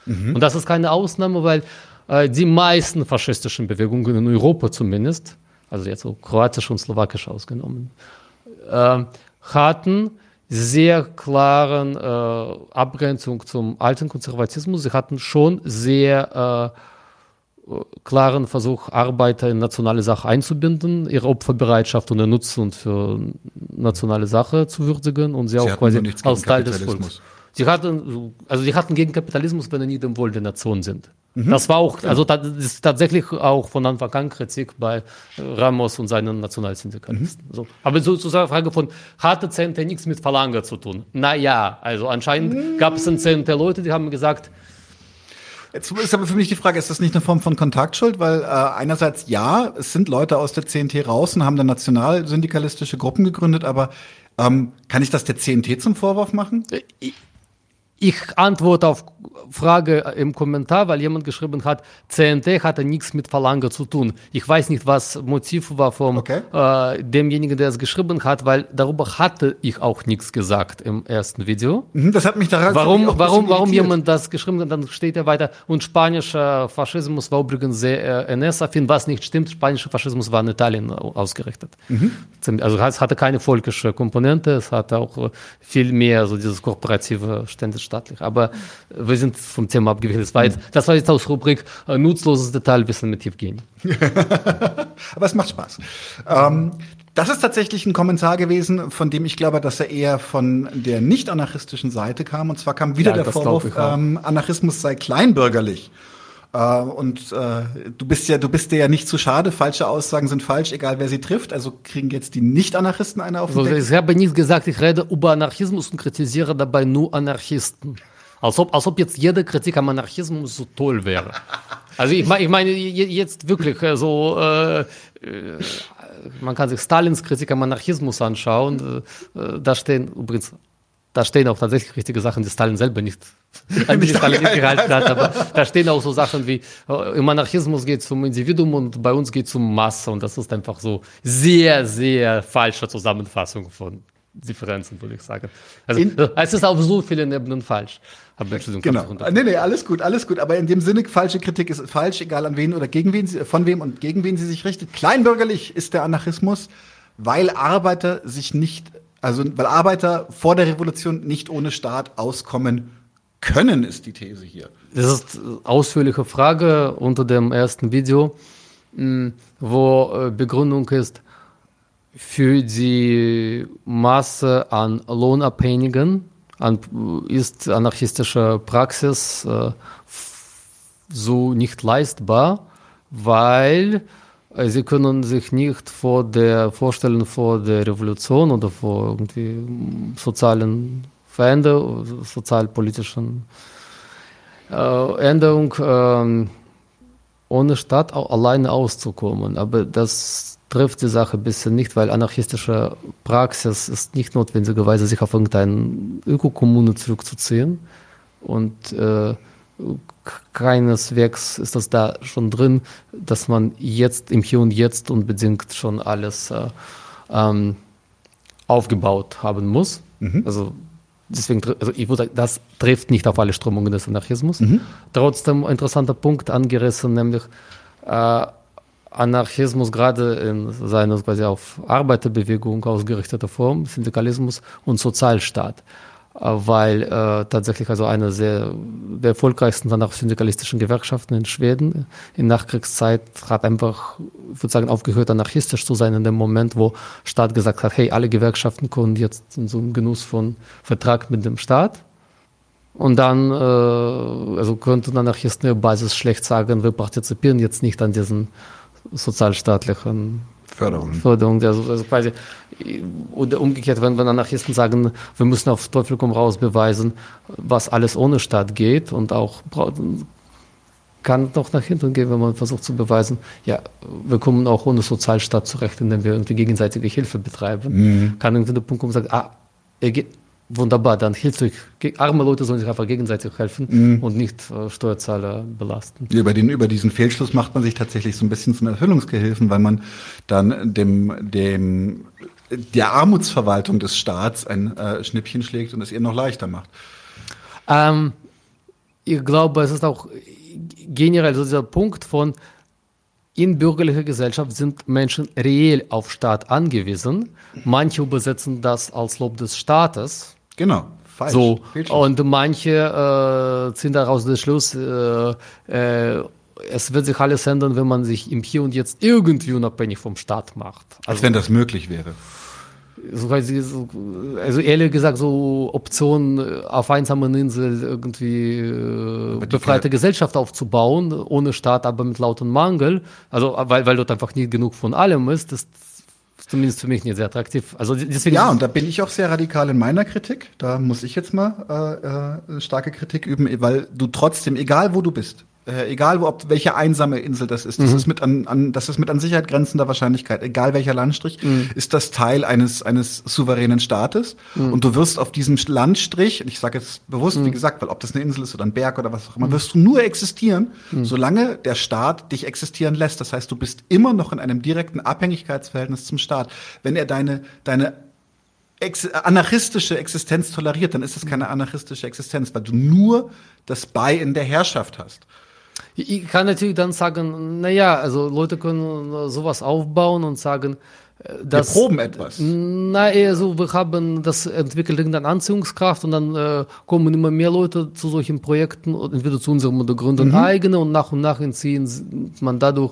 [SPEAKER 2] Und das ist keine Ausnahme, weil die meisten faschistischen Bewegungen in Europa zumindest, also jetzt so kroatisch und slowakisch ausgenommen, hatten sehr klaren Abgrenzung zum alten Konservatismus. Sie hatten schon sehr klaren Versuch, Arbeiter in nationale Sache einzubinden, ihre Opferbereitschaft und den Nutzen für nationale Sache zu würdigen und sie auch quasi als Teil des Volkes. Die hatten gegen Kapitalismus, wenn sie nicht im Wohl der Nation sind. Das war auch, also das ist tatsächlich auch von Anfang an Kritik bei Ramos und seinen Nationalsyndikalisten. So. Aber so zur Frage von, hatte CNT nichts mit Falange zu tun? Naja, also anscheinend gab es in CNT Leute, die haben gesagt,
[SPEAKER 1] jetzt ist aber für mich die Frage, ist das nicht eine Form von Kontaktschuld? Weil einerseits ja, es sind Leute aus der CNT raus und haben dann nationalsyndikalistische Gruppen gegründet, aber kann ich das der CNT zum Vorwurf machen?
[SPEAKER 2] Ich antworte auf Frage im Kommentar, weil jemand geschrieben hat, CNT hatte nichts mit Falange zu tun. Ich weiß nicht, was Motiv war von demjenigen, der es geschrieben hat, weil darüber hatte ich auch nichts gesagt im ersten Video.
[SPEAKER 1] Das hat mich daran
[SPEAKER 2] Warum jemand das geschrieben hat, dann steht er weiter. Und spanischer Faschismus war übrigens sehr NS-affin, was nicht stimmt. Spanischer Faschismus war in Italien ausgerichtet. Also es hatte keine völkische Komponente, es hatte auch viel mehr so dieses korporative, ständig-staatliche. Aber wir sind vom Thema abgewichen. Das war jetzt aus Rubrik nutzloses Detailwissen mit Evgeny.
[SPEAKER 1] Aber es macht Spaß. Das ist tatsächlich ein Kommentar gewesen, von dem ich glaube, dass er eher von der nicht-anarchistischen Seite kam. Und zwar kam wieder der Vorwurf, Anarchismus sei kleinbürgerlich. Du bist dir ja nicht zu schade. Falsche Aussagen sind falsch, egal wer sie trifft. Also kriegen jetzt die Nicht-Anarchisten eine auf den Deckel?
[SPEAKER 2] Ich habe nicht gesagt, ich rede über Anarchismus und kritisiere dabei nur Anarchisten. Als ob jetzt jede Kritik am Anarchismus so toll wäre. Also ich meine jetzt wirklich man kann sich Stalins Kritik am Anarchismus anschauen. Da stehen auch tatsächlich richtige Sachen, die Stalin selber nicht gehalten hat. Aber da stehen auch so Sachen wie, im Anarchismus geht es um Individuum und bei uns geht es um Masse. Und das ist einfach so sehr, sehr falsche Zusammenfassung von Differenzen, würde ich sagen. Also es ist auf so vielen Ebenen falsch.
[SPEAKER 1] Genau. Nee, alles gut. Aber in dem Sinne, falsche Kritik ist falsch, egal an wen oder von wem und gegen wen sie sich richtet. Kleinbürgerlich ist der Anarchismus, weil Arbeiter vor der Revolution nicht ohne Staat auskommen können, ist die These hier.
[SPEAKER 2] Das ist eine ausführliche Frage unter dem ersten Video, wo Begründung ist, für die Masse an Lohnabhängigen ist anarchistische Praxis so nicht leistbar, weil sie können sich nicht vorstellen vor der Revolution oder vor irgendwie sozialen Veränderungen, sozialpolitischen Änderung ohne Staat auch alleine auszukommen. Aber das trifft die Sache ein bisschen nicht, weil anarchistische Praxis ist nicht notwendigerweise, sich auf irgendeine Ökokommune zurückzuziehen. Und keineswegs ist das da schon drin, dass man jetzt im Hier und Jetzt unbedingt schon alles aufgebaut haben muss. Also deswegen, ich würde sagen, das trifft nicht auf alle Strömungen des Anarchismus. Trotzdem ein interessanter Punkt angerissen, nämlich Anarchismus gerade in seiner quasi auf Arbeiterbewegung ausgerichteter Form, Syndikalismus und Sozialstaat, weil tatsächlich also eine der erfolgreichsten anarchosyndikalistischen Gewerkschaften in Schweden in Nachkriegszeit hat einfach, ich würde sagen, aufgehört anarchistisch zu sein in dem Moment, wo Staat gesagt hat, hey, alle Gewerkschaften kommen jetzt in so einen Genuss von Vertrag mit dem Staat. Und dann könnten Anarchisten ihre Basis schlecht sagen, wir partizipieren jetzt nicht an diesen sozialstaatlichen Förderung. Also quasi, oder umgekehrt, wenn Anarchisten sagen, wir müssen auf Teufel komm raus beweisen, was alles ohne Staat geht und auch kann noch nach hinten gehen, wenn man versucht zu beweisen, ja, wir kommen auch ohne Sozialstaat zurecht, indem wir irgendwie gegenseitige Hilfe betreiben. Kann irgendwie der Punkt kommen und sagen, er geht wunderbar, dann hilft euch. Arme Leute sollen sich einfach gegenseitig helfen und nicht Steuerzahler belasten.
[SPEAKER 1] Über diesen Fehlschluss macht man sich tatsächlich so ein bisschen zum Erfüllungsgehilfen, weil man dann der Armutsverwaltung des Staats ein Schnippchen schlägt und es ihr noch leichter macht.
[SPEAKER 2] ich glaube, es ist auch generell so dieser Punkt von, in bürgerlicher Gesellschaft sind Menschen reell auf Staat angewiesen. Manche übersetzen das als Lob des Staates.
[SPEAKER 1] Genau, falsch.
[SPEAKER 2] So, und manche ziehen daraus den Schluss, es wird sich alles ändern, wenn man sich im Hier und Jetzt irgendwie unabhängig vom Staat macht.
[SPEAKER 1] Als wenn das möglich wäre.
[SPEAKER 2] Also ehrlich gesagt, so Optionen auf einsamen Insel irgendwie befreite Gesellschaft aufzubauen, ohne Staat, aber mit lautem Mangel, also weil dort einfach nicht genug von allem ist, das ist zumindest für mich nicht sehr attraktiv. Also deswegen
[SPEAKER 1] ja, und da bin ich auch sehr radikal in meiner Kritik. Da muss ich jetzt mal starke Kritik üben, weil du trotzdem, egal wo du bist, egal welche einsame Insel das ist, das ist mit an Sicherheit grenzender Wahrscheinlichkeit, egal welcher Landstrich, ist das Teil eines souveränen Staates. Und du wirst auf diesem Landstrich, und ich sage jetzt bewusst, wie gesagt, weil ob das eine Insel ist oder ein Berg oder was auch immer, wirst du nur existieren, solange der Staat dich existieren lässt. Das heißt, du bist immer noch in einem direkten Abhängigkeitsverhältnis zum Staat. Wenn er deine anarchistische Existenz toleriert, dann ist es keine anarchistische Existenz, weil du nur das Bein der Herrschaft hast.
[SPEAKER 2] Ich kann natürlich dann sagen, naja, also Leute können sowas aufbauen und sagen, dass
[SPEAKER 1] wir proben etwas.
[SPEAKER 2] Also wir haben das entwickelt irgendeine Anziehungskraft und dann kommen immer mehr Leute zu solchen Projekten, entweder zu unserem oder gründen eigene und nach entziehen man dadurch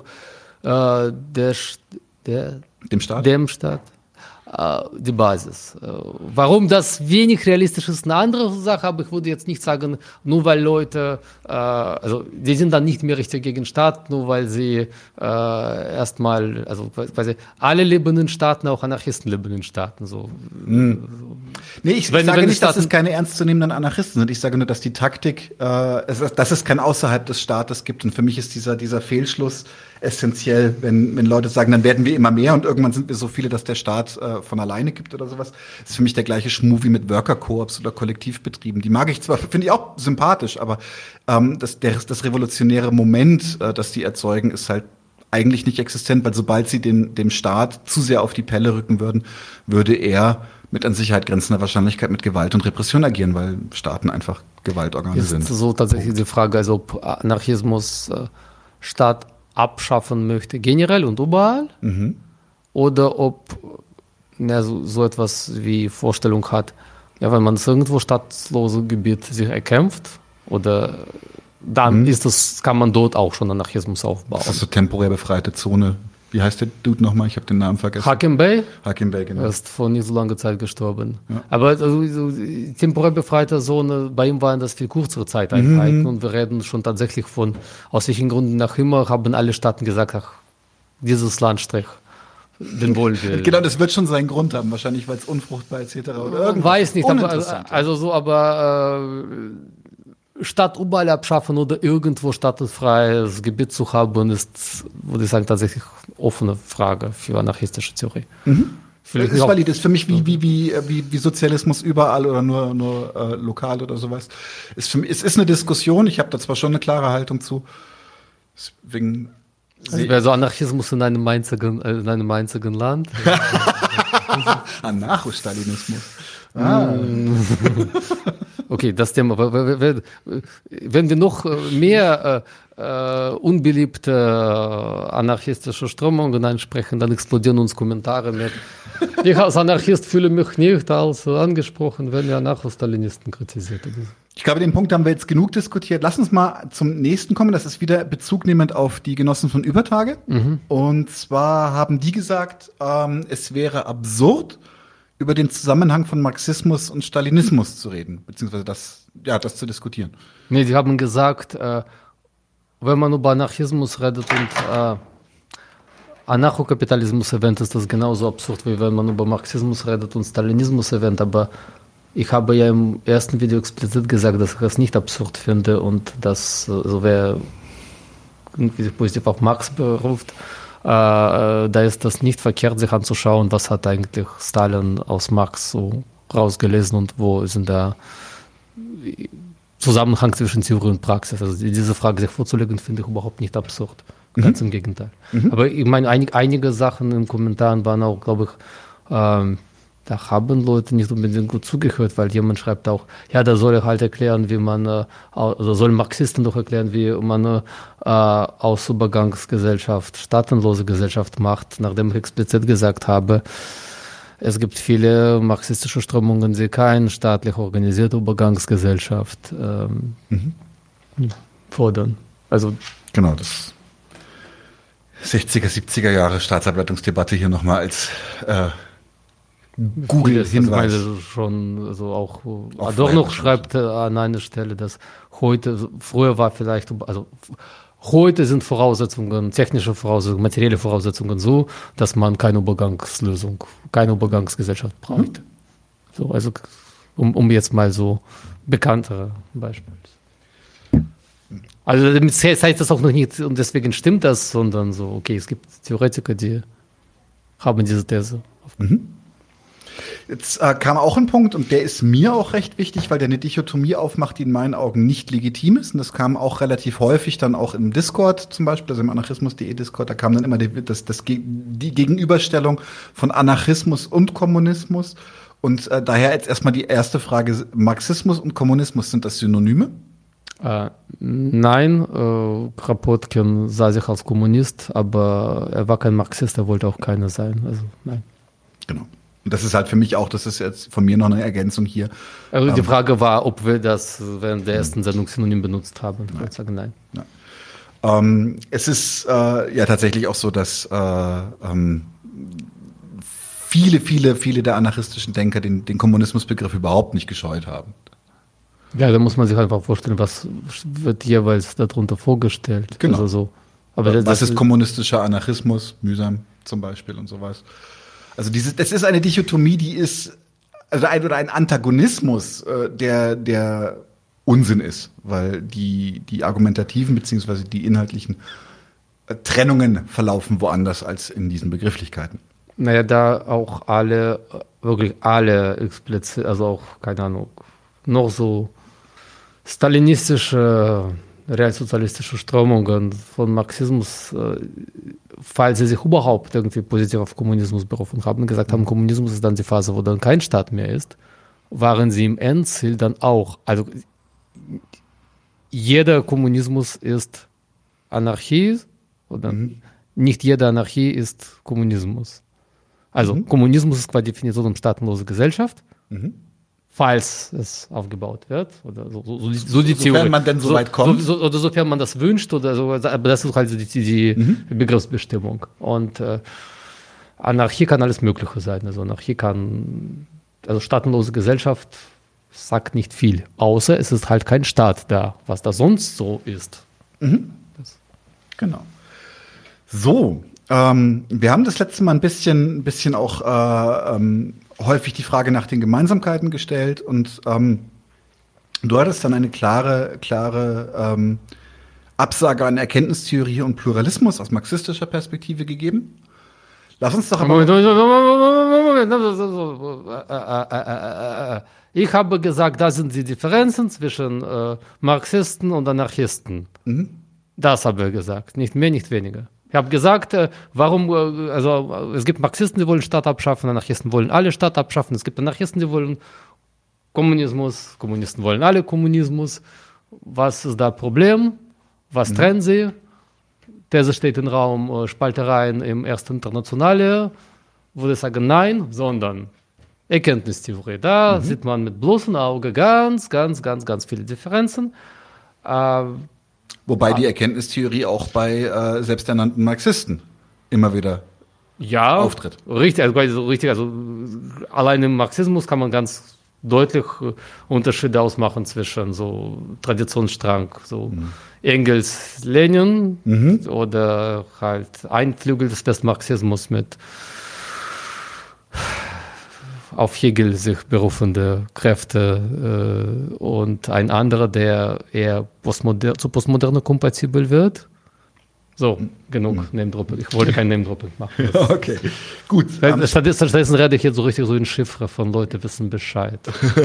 [SPEAKER 2] dem Staat die Basis. Warum das wenig realistisch ist, eine andere Sache, aber ich würde jetzt nicht sagen, nur weil Leute, also die sind dann nicht mehr richtig gegen Staat, nur weil sie erstmal, also quasi alle lebenden Staaten, auch Anarchisten lebenden Staaten. So.
[SPEAKER 1] Nee, ich sage nicht, dass es keine ernstzunehmenden Anarchisten sind. Ich sage nur, dass die Taktik, dass es kein Außerhalb des Staates gibt. Und für mich ist dieser Fehlschluss essentiell, wenn Leute sagen, dann werden wir immer mehr und irgendwann sind wir so viele, dass der Staat von alleine gibt oder sowas. Das ist für mich der gleiche Schmuh wie mit Worker-Koops oder Kollektivbetrieben. Die mag ich zwar, finde ich auch sympathisch, aber das revolutionäre Moment, das die erzeugen, ist halt eigentlich nicht existent, weil sobald sie dem Staat zu sehr auf die Pelle rücken würden, würde er mit an Sicherheit grenzender Wahrscheinlichkeit mit Gewalt und Repression agieren, weil Staaten einfach Gewaltorgane sind.
[SPEAKER 2] Ist so tatsächlich die Frage, also ob Anarchismus Staat abschaffen möchte, generell und überall, oder ob so etwas wie Vorstellung hat, ja, wenn man es irgendwo staatslose Gebiet sich erkämpft, oder dann kann man dort auch schon Anarchismus aufbauen.
[SPEAKER 1] Das ist so temporär befreite Zone. Wie heißt der Dude nochmal? Ich habe den Namen vergessen.
[SPEAKER 2] Hakim Bey?
[SPEAKER 1] Hakim Bey, genau.
[SPEAKER 2] Er ist vor nicht so langer Zeit gestorben. Ja. Aber also, temporär befreite Zone, bei ihm waren das viel kürzere Zeiteinheiten und wir reden schon tatsächlich von, aus welchen Gründen nach immer, haben alle Staaten gesagt, ach, dieses Landstrich, den wollen wir.
[SPEAKER 1] Genau, das wird schon seinen Grund haben, wahrscheinlich, weil es unfruchtbar ist, etc. oder irgendwas.
[SPEAKER 2] Weiß nicht, aber Stadt überall abschaffen oder irgendwo staatenfreies Gebiet zu haben, ist, würde ich sagen, tatsächlich offene Frage für anarchistische Theorie.
[SPEAKER 1] Das ist valid, das ist für mich wie Sozialismus überall oder nur lokal oder sowas. Es ist eine Diskussion, ich habe da zwar schon eine klare Haltung zu. Deswegen
[SPEAKER 2] wäre so Anarchismus in einem einzigen Land.
[SPEAKER 1] Anarcho-Stalinismus.
[SPEAKER 2] Okay, das Thema. Wenn wir noch mehr unbeliebte anarchistische Strömungen ansprechen, dann explodieren uns Kommentare mit ich als Anarchist fühle mich nicht als angesprochen, wenn wir Anarcho-Stalinisten kritisiert.
[SPEAKER 1] Ich glaube, den Punkt haben wir jetzt genug diskutiert. Lass uns mal zum nächsten kommen. Das ist wieder bezugnehmend auf die Genossen von Übertage. Und zwar haben die gesagt, es wäre absurd, über den Zusammenhang von Marxismus und Stalinismus zu reden, beziehungsweise das zu diskutieren.
[SPEAKER 2] Nee, die haben gesagt, wenn man über Anarchismus redet und Anarchokapitalismus erwähnt, ist das genauso absurd, wie wenn man über Marxismus redet und Stalinismus erwähnt, aber ich habe ja im ersten Video explizit gesagt, dass ich das nicht absurd finde und dass, so wer irgendwie positiv auf Marx beruft, da ist das nicht verkehrt, sich anzuschauen, was hat eigentlich Stalin aus Marx so rausgelesen und wo ist der Zusammenhang zwischen Theorie und Praxis. Also diese Frage sich vorzulegen, finde ich überhaupt nicht absurd. Ganz im Gegenteil. Aber ich meine, einige Sachen in den Kommentaren waren auch, glaube ich, da haben Leute nicht unbedingt gut zugehört, weil jemand schreibt auch, ja, da soll er halt erklären, wie man, also sollen Marxisten doch erklären, wie man aus Übergangsgesellschaft staatenlose Gesellschaft macht, nachdem ich explizit gesagt habe, es gibt viele marxistische Strömungen, die keine staatlich organisierte Übergangsgesellschaft fordern. Also
[SPEAKER 1] genau, das 60er, 70er Jahre Staatsableitungsdebatte hier nochmal als Google-Hinweis.
[SPEAKER 2] Also schon so auch Adorno schreibt an einer Stelle, dass früher war vielleicht, also heute sind Voraussetzungen, technische Voraussetzungen, materielle Voraussetzungen so, dass man keine Übergangslösung, keine Übergangsgesellschaft braucht. So, also um jetzt mal so bekanntere Beispiele. Also das heißt das auch noch nicht und deswegen stimmt das, sondern so, okay, es gibt Theoretiker, die haben diese These.
[SPEAKER 1] Jetzt kam auch ein Punkt, und der ist mir auch recht wichtig, weil der eine Dichotomie aufmacht, die in meinen Augen nicht legitim ist. Und das kam auch relativ häufig dann auch im Discord zum Beispiel, also im Anarchismus.de Discord, da kam dann immer die Gegenüberstellung von Anarchismus und Kommunismus. Und daher jetzt erstmal die erste Frage, Marxismus und Kommunismus, sind das Synonyme?
[SPEAKER 2] Nein, Kropotkin sah sich als Kommunist, aber er war kein Marxist, er wollte auch keiner sein. Also nein.
[SPEAKER 1] Genau. Und das ist halt für mich auch, das ist jetzt von mir noch eine Ergänzung hier.
[SPEAKER 2] Also die Frage war, ob wir das während der ersten Sendung synonym benutzt haben. Ich würde sagen, nein.
[SPEAKER 1] Ja. Es ist ja tatsächlich auch so, dass viele der anarchistischen Denker den Kommunismusbegriff überhaupt nicht gescheut haben.
[SPEAKER 2] Ja, da muss man sich einfach vorstellen, was wird jeweils darunter vorgestellt.
[SPEAKER 1] Genau.
[SPEAKER 2] Also so. Aber
[SPEAKER 1] was ist kommunistischer Anarchismus, mühsam zum Beispiel und sowas. Also das ist eine Dichotomie, die ist, also ein Antagonismus, der Unsinn ist, weil die argumentativen beziehungsweise die inhaltlichen Trennungen verlaufen woanders als in diesen Begrifflichkeiten.
[SPEAKER 2] Naja, da auch wirklich alle explizit, also auch, keine Ahnung, noch so stalinistische, realsozialistische Strömungen von Marxismus, falls sie sich überhaupt irgendwie positiv auf Kommunismus berufen haben und gesagt haben, Kommunismus ist dann die Phase, wo dann kein Staat mehr ist, waren sie im Endziel dann auch. Also jeder Kommunismus ist Anarchie oder nicht jede Anarchie ist Kommunismus. Also Kommunismus ist qua Definition eine staatenlose Gesellschaft. Falls es aufgebaut wird, oder so die Theorie.
[SPEAKER 1] Sofern man denn so weit kommt.
[SPEAKER 2] Oder sofern man das wünscht, oder so, aber das ist halt die Begriffsbestimmung. Und Anarchie kann alles Mögliche sein. Also also staatenlose Gesellschaft sagt nicht viel, außer es ist halt kein Staat da, was da sonst so ist.
[SPEAKER 1] Genau. So, wir haben das letzte Mal ein bisschen auch häufig die Frage nach den Gemeinsamkeiten gestellt und du hattest dann eine klare Absage an Erkenntnistheorie und Pluralismus aus marxistischer Perspektive gegeben. Lass uns doch aber...
[SPEAKER 2] Moment. Ich habe gesagt, das sind die Differenzen zwischen Marxisten und Anarchisten. Das habe ich gesagt, nicht mehr, nicht weniger. Ich habe gesagt, also es gibt Marxisten, die wollen Staat abschaffen, Anarchisten wollen alle Staat abschaffen, es gibt Anarchisten, die wollen Kommunismus, Kommunisten wollen alle Kommunismus. Was ist da Problem? Was trennen sie? These steht im Raum, Spaltereien im Ersten Internationale, würde ich sagen, nein, sondern Erkenntnistheorie. Da sieht man mit bloßem Auge ganz viele Differenzen.
[SPEAKER 1] Wobei die Erkenntnistheorie auch bei selbsternannten Marxisten immer wieder auftritt.
[SPEAKER 2] Richtig. Also allein im Marxismus kann man ganz deutlich Unterschiede ausmachen zwischen so Traditionsstrang, so Engels, Lenin oder halt ein Flügel des Marxismus mit auf Hegel sich berufende Kräfte und ein anderer, der eher zu postmoderner kompatibel wird. So, genug Name-Dropping. Ich wollte kein Name-Dropping machen.
[SPEAKER 1] Okay, gut.
[SPEAKER 2] Stattdessen rede ich jetzt so richtig so in Chiffre von Leute wissen Bescheid.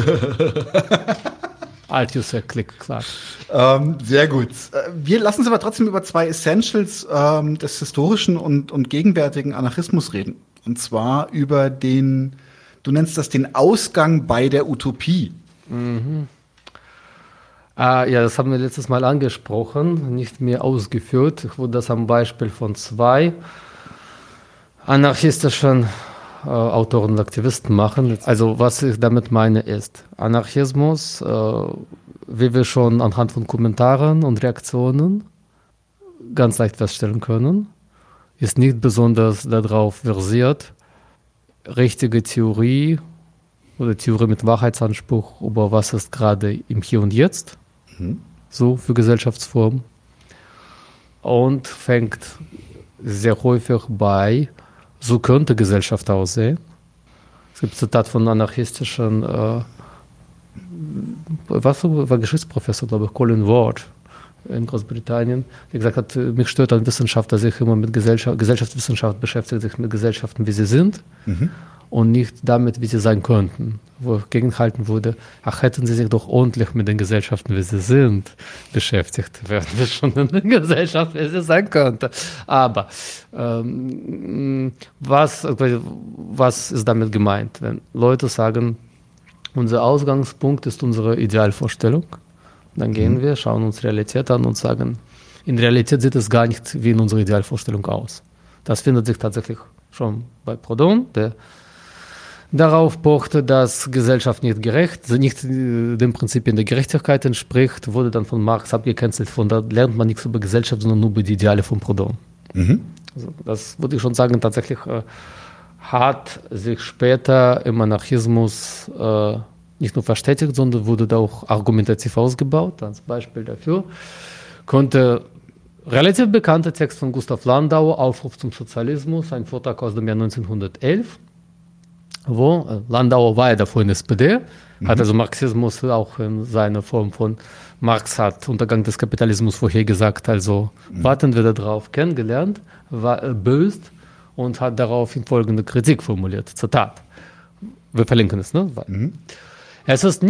[SPEAKER 2] Alt-User, Klick, klar.
[SPEAKER 1] Sehr gut. Wir lassen uns aber trotzdem über zwei Essentials des historischen und gegenwärtigen Anarchismus reden. Und zwar über du nennst das den Ausgang bei der Utopie.
[SPEAKER 2] Ja, das haben wir letztes Mal angesprochen, nicht mehr ausgeführt. Ich würde das am Beispiel von 2 anarchistischen Autoren und Aktivisten machen. Also was ich damit meine ist, Anarchismus, wie wir schon anhand von Kommentaren und Reaktionen ganz leicht feststellen können, ist nicht besonders darauf versiert, richtige Theorie oder Theorie mit Wahrheitsanspruch über was ist gerade im Hier und Jetzt, so für Gesellschaftsformen, und fängt sehr häufig bei, so könnte Gesellschaft aussehen. Es gibt ein Zitat von anarchistischen, war Geschichtsprofessor, glaube ich, Colin Ward in Großbritannien, der gesagt hat, mich stört an Wissenschaft, dass sich immer mit Gesellschaftswissenschaft beschäftigt, sich mit Gesellschaften, wie sie sind, und nicht damit, wie sie sein könnten. Wo gegenhalten wurde, ach, hätten sie sich doch ordentlich mit den Gesellschaften, wie sie sind, beschäftigt, wären wir schon in der Gesellschaft, wie sie sein könnte. Aber was ist damit gemeint? Wenn Leute sagen, unser Ausgangspunkt ist unsere Idealvorstellung, dann gehen wir, schauen uns Realität an und sagen, in Realität sieht es gar nicht wie in unserer Idealvorstellung aus. Das findet sich tatsächlich schon bei Proudhon, der darauf pochte, dass Gesellschaft nicht den Prinzipien der Gerechtigkeit entspricht, wurde dann von Marx abgecancelt. Von da lernt man nichts über Gesellschaft, sondern nur über die Ideale von Proudhon. Also das würde ich schon sagen, tatsächlich hat sich später im Anarchismus nicht nur verstetigt, sondern wurde da auch argumentativ ausgebaut. Als Beispiel dafür konnte relativ bekannter Text von Gustav Landauer, Aufruf zum Sozialismus, ein Vortrag aus dem Jahr 1911, wo Landauer war ja davor in der SPD, hat also Marxismus auch in seiner Form von Marx hat Untergang des Kapitalismus vorhergesagt, also warten wir darauf, kennengelernt, war erböst und hat daraufhin folgende Kritik formuliert, Zitat, wir verlinken es, ne? Es ist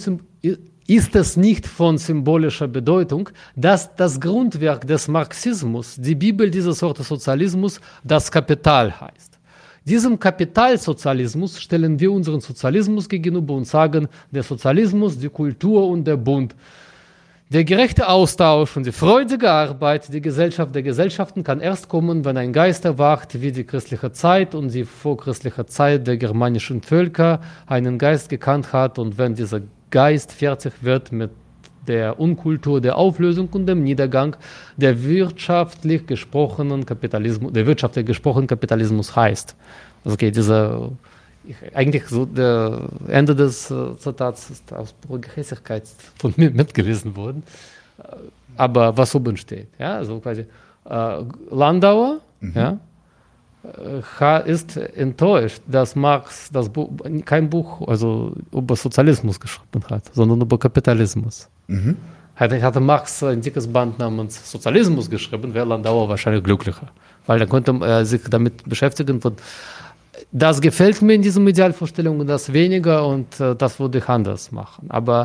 [SPEAKER 2] nicht von symbolischer Bedeutung, dass das Grundwerk des Marxismus, die Bibel dieser Sorte Sozialismus, das Kapital heißt. Diesem Kapitalsozialismus stellen wir unseren Sozialismus gegenüber und sagen, der Sozialismus, die Kultur und der Bund. Der gerechte Austausch und die freudige Arbeit der Gesellschaften kann erst kommen, wenn ein Geist erwacht, wie die christliche Zeit und die vorchristliche Zeit der germanischen Völker einen Geist gekannt hat, und wenn dieser Geist fertig wird mit der Unkultur, der Auflösung und dem Niedergang, der wirtschaftlich gesprochenen Kapitalismus heißt. Also okay, eigentlich so der Ende des Zitats ist aus purer Gehässigkeit von mir mitgelesen worden. Aber was oben steht, ja, also quasi Landauer, ja, ist enttäuscht, dass Marx kein Buch also über Sozialismus geschrieben hat, sondern über Kapitalismus. Hatte Marx ein dickes Band namens Sozialismus geschrieben, wäre Landauer wahrscheinlich glücklicher, weil dann konnte er sich damit beschäftigen. Das gefällt mir in diesen Idealvorstellungen, das weniger, und das würde ich anders machen. Aber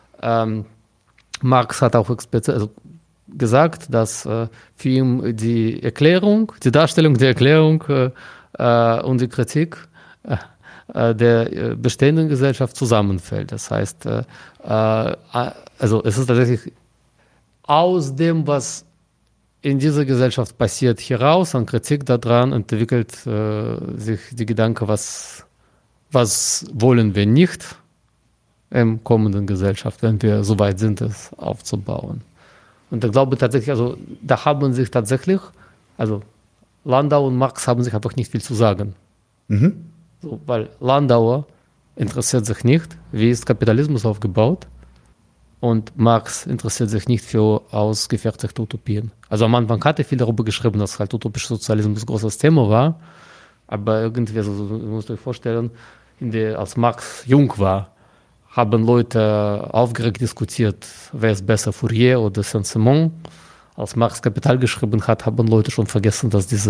[SPEAKER 2] Marx hat auch gesagt, dass für ihn die Darstellung der Erklärung und die Kritik der bestehenden Gesellschaft zusammenfällt. Das heißt, also es ist tatsächlich aus dem, was in dieser Gesellschaft passiert, heraus an Kritik daran entwickelt sich die Gedanke, was wollen wir nicht in kommenden Gesellschaft, wenn wir so weit sind, es aufzubauen. Und ich glaube tatsächlich, also da haben sich tatsächlich, also Landauer und Marx haben sich einfach nicht viel zu sagen. So, weil Landauer interessiert sich nicht, wie ist Kapitalismus aufgebaut, und Marx interessiert sich nicht für ausgefertigte Utopien. Also am Anfang hatte viel darüber geschrieben, dass halt utopischer Sozialismus ein großes Thema war, aber irgendwie, also, ihr müsst euch vorstellen, als Marx jung war, haben Leute aufgeregt diskutiert, wer ist besser, Fourier oder Saint-Simon. Als Marx Kapital geschrieben hat, haben Leute schon vergessen, dass dass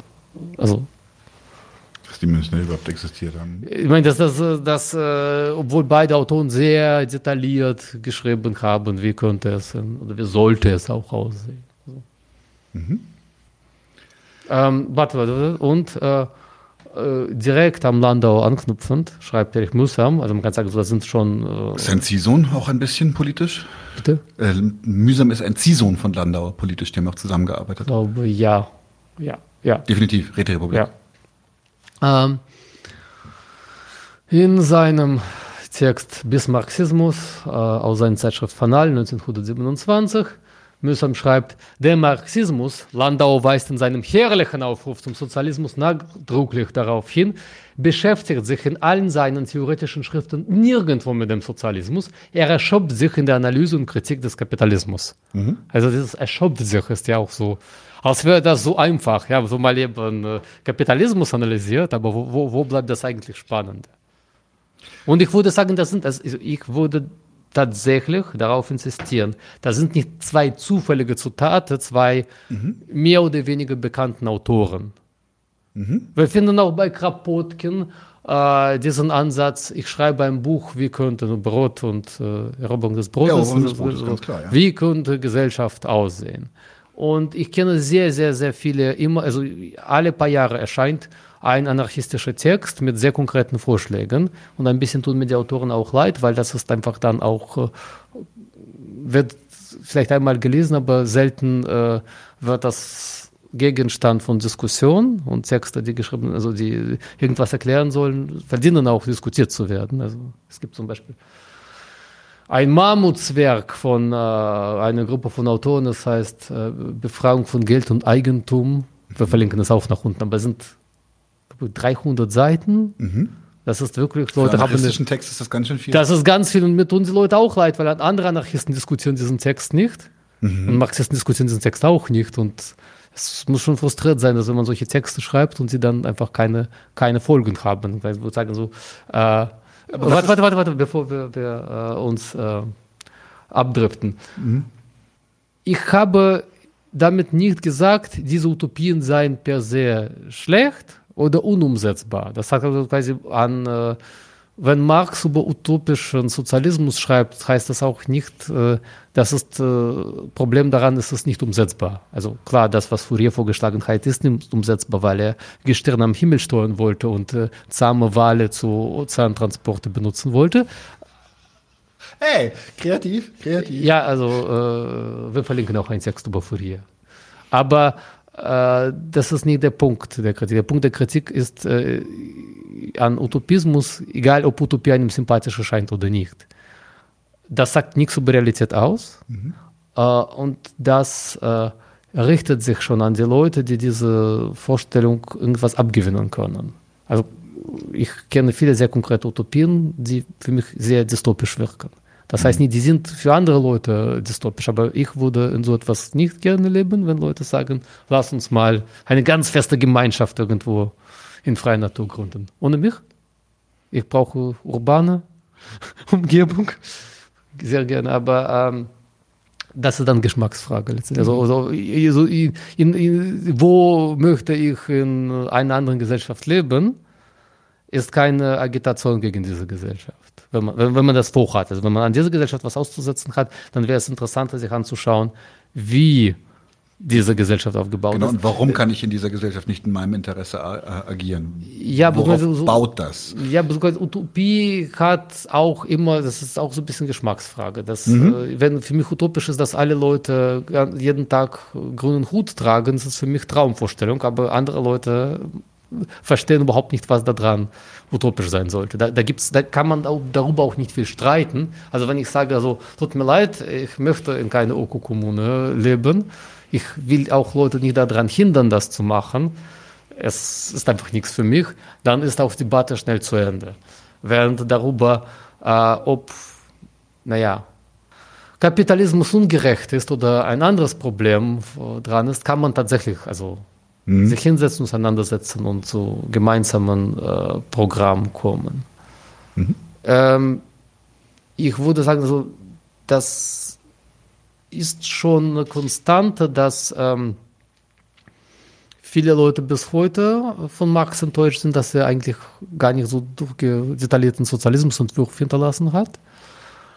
[SPEAKER 1] die Menschen überhaupt existiert haben.
[SPEAKER 2] Ich meine, obwohl beide Autoren sehr detailliert geschrieben haben, wie könnte es oder wie sollte es auch aussehen. So. Und direkt am Landau anknüpfend, schreibt Erich Mühsam, also man kann sagen, so, das sind schon...
[SPEAKER 1] Ist ein Ziehsohn auch ein bisschen politisch?
[SPEAKER 2] Bitte?
[SPEAKER 1] Mühsam ist ein Ziehsohn von Landau politisch, die haben auch zusammengearbeitet.
[SPEAKER 2] Ich glaube, ja.
[SPEAKER 1] Definitiv, Räterepublik.
[SPEAKER 2] Ja. In seinem Text Bismarckismus aus seiner Zeitschrift Fanal 1927 Mühsam schreibt, der Marxismus, Landau weist in seinem herrlichen Aufruf zum Sozialismus nachdrücklich darauf hin, beschäftigt sich in allen seinen theoretischen Schriften nirgendwo mit dem Sozialismus. Er erschöpft sich in der Analyse und Kritik des Kapitalismus. Also dieses erschöpft sich ist ja auch so, als wäre das so einfach, ja, so mal eben Kapitalismus analysiert, aber wo bleibt das eigentlich spannend? Und ich würde sagen, ich würde tatsächlich darauf insistieren. Das sind nicht zwei zufällige Zitate, zwei mehr oder weniger bekannten Autoren. Wir finden auch bei Kropotkin diesen Ansatz, ich schreibe ein Buch, wie könnte Brot und Eroberung des Brotes,
[SPEAKER 1] ganz klar, ja.
[SPEAKER 2] Wie könnte Gesellschaft aussehen? Und ich kenne sehr, sehr, sehr viele, also alle paar Jahre erscheint ein anarchistischer Text mit sehr konkreten Vorschlägen. Und ein bisschen tun mir die Autoren auch leid, weil das ist einfach dann auch, wird vielleicht einmal gelesen, aber selten wird das Gegenstand von Diskussion, und Texte, die geschrieben, also die irgendwas erklären sollen, verdienen auch diskutiert zu werden. Also es gibt zum Beispiel ein Mammutswerk von einer Gruppe von Autoren, das heißt Befreiung von Geld und Eigentum. Wir verlinken es auch nach unten, aber es sind 300 Seiten. Das ist wirklich,
[SPEAKER 1] Leute haben einen Text ist das ganz schön viel.
[SPEAKER 2] Das ist ganz viel, und mir tun die Leute auch leid, weil andere Anarchisten diskutieren diesen Text nicht und Marxisten diskutieren diesen Text auch nicht, und es muss schon frustriert sein, dass wenn man solche Texte schreibt und sie dann einfach keine Folgen haben, weil ich würde sagen so, warte, bevor wir uns abdriften. Ich habe damit nicht gesagt, diese Utopien seien per se schlecht oder unumsetzbar. Das hat also quasi wenn Marx über utopischen Sozialismus schreibt, heißt das auch nicht, Problem daran ist, es nicht umsetzbar. Also klar, das, was Fourier vorgeschlagen hat, ist nicht umsetzbar, weil er Gestirn am Himmel steuern wollte und zahme Wale zu Ozeantransporte benutzen wollte.
[SPEAKER 1] Hey, kreativ.
[SPEAKER 2] Ja, also wir verlinken auch einen Text über Fourier. Aber das ist nicht der Punkt der Kritik. Der Punkt der Kritik ist an Utopismus, egal ob Utopie einem sympathisch erscheint oder nicht. Das sagt nichts über Realität aus, und das richtet sich schon an die Leute, die diese Vorstellung irgendwas abgewinnen können. Also ich kenne viele sehr konkrete Utopien, die für mich sehr dystopisch wirken. Das heißt nicht, die sind für andere Leute dystopisch, aber ich würde in so etwas nicht gerne leben, wenn Leute sagen, lass uns mal eine ganz feste Gemeinschaft irgendwo in freier Natur gründen. Ohne mich? Ich brauche urbane Umgebung, sehr gerne, aber das ist dann Geschmacksfrage letztendlich. Wo möchte ich in einer anderen Gesellschaft leben, ist keine Agitation gegen diese Gesellschaft. Wenn man das vorhat. Also wenn man an dieser Gesellschaft was auszusetzen hat, dann wäre es interessanter, sich anzuschauen, wie diese Gesellschaft aufgebaut ist.
[SPEAKER 1] Und warum kann ich in dieser Gesellschaft nicht in meinem Interesse agieren?
[SPEAKER 2] Ja,
[SPEAKER 1] worauf baut das?
[SPEAKER 2] Ja, Utopie hat auch immer, das ist auch so ein bisschen Geschmacksfrage. Wenn für mich utopisch ist, dass alle Leute jeden Tag grünen Hut tragen, das ist für mich Traumvorstellung, aber andere Leute verstehen überhaupt nicht, was da dran utopisch sein sollte. Da kann man darüber auch nicht viel streiten. Also wenn ich sage, also, tut mir leid, ich möchte in keine Ökokommune leben, ich will auch Leute nicht daran hindern, das zu machen, es ist einfach nichts für mich, dann ist auch die Debatte schnell zu Ende. Während darüber, ob, Kapitalismus ungerecht ist oder ein anderes Problem dran ist, kann man tatsächlich, sich hinsetzen, auseinandersetzen und zu gemeinsamen Programmen kommen. Ich würde sagen, das ist schon eine Konstante, dass viele Leute bis heute von Marx enttäuscht sind, dass er eigentlich gar nicht so detaillierten Sozialismusentwurf hinterlassen hat.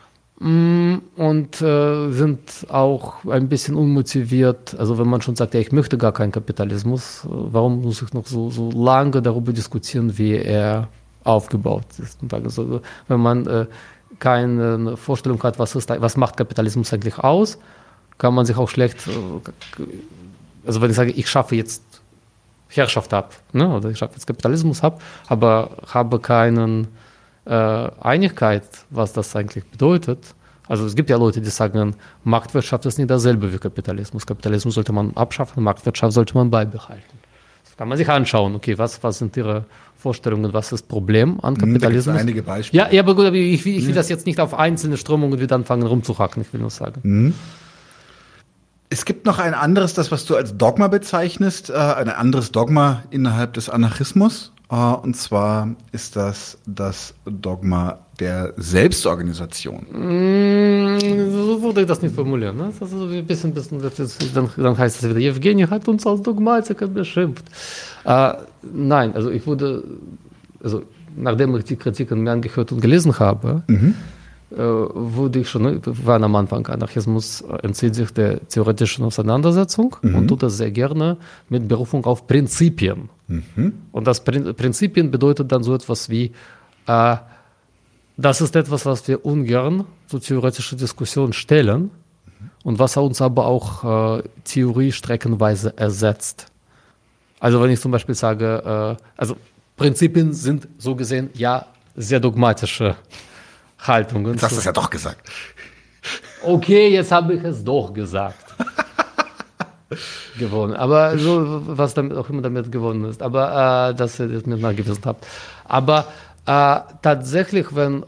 [SPEAKER 2] und sind auch ein bisschen unmotiviert. Also wenn man schon sagt, ja, ich möchte gar keinen Kapitalismus, warum muss ich noch so lange darüber diskutieren, wie er aufgebaut ist? Und also, wenn man keine Vorstellung hat, was macht Kapitalismus eigentlich aus, kann man sich auch schlecht, also wenn ich sage, ich schaffe jetzt Herrschaft ab, ne? Oder ich schaffe jetzt Kapitalismus ab, aber habe keine Einigkeit, was das eigentlich bedeutet. Also es gibt ja Leute, die sagen, Marktwirtschaft ist nicht dasselbe wie Kapitalismus. Kapitalismus sollte man abschaffen, Marktwirtschaft sollte man beibehalten. Das kann man sich anschauen, okay, was sind ihre Vorstellungen, was ist das Problem an Kapitalismus?
[SPEAKER 1] Da gibt's einige Beispiele.
[SPEAKER 2] Ja, aber gut, aber ich will das jetzt nicht auf einzelne Strömungen wieder anfangen rumzuhacken, ich will nur sagen.
[SPEAKER 1] Es gibt noch ein anderes, das was du als Dogma bezeichnest, ein anderes Dogma innerhalb des Anarchismus. Und zwar ist das Dogma der Selbstorganisation.
[SPEAKER 2] So würde ich das nicht formulieren. Ne? Das ist ein bisschen dann heißt es wieder, Evgeny hat uns als Dogmatiker beschimpft. Nein, also nachdem ich die Kritiken mir angehört und gelesen habe, wurde ich schon, war am Anfang, Anarchismus entzieht sich der theoretischen Auseinandersetzung und tut das sehr gerne mit Berufung auf Prinzipien. Und das Prinzipien bedeutet dann so etwas wie, das ist etwas, was wir ungern zur theoretischen Diskussion stellen und was uns aber auch Theorie streckenweise ersetzt. Also wenn ich zum Beispiel sage, also Prinzipien sind so gesehen ja sehr dogmatische Haltungen.
[SPEAKER 1] Du hast es ja doch gesagt.
[SPEAKER 2] Okay, jetzt habe ich es doch gesagt. Gewonnen. Aber so, was damit auch immer damit gewonnen ist. Aber dass ihr das mit nachgewiesen habt. Aber tatsächlich, wenn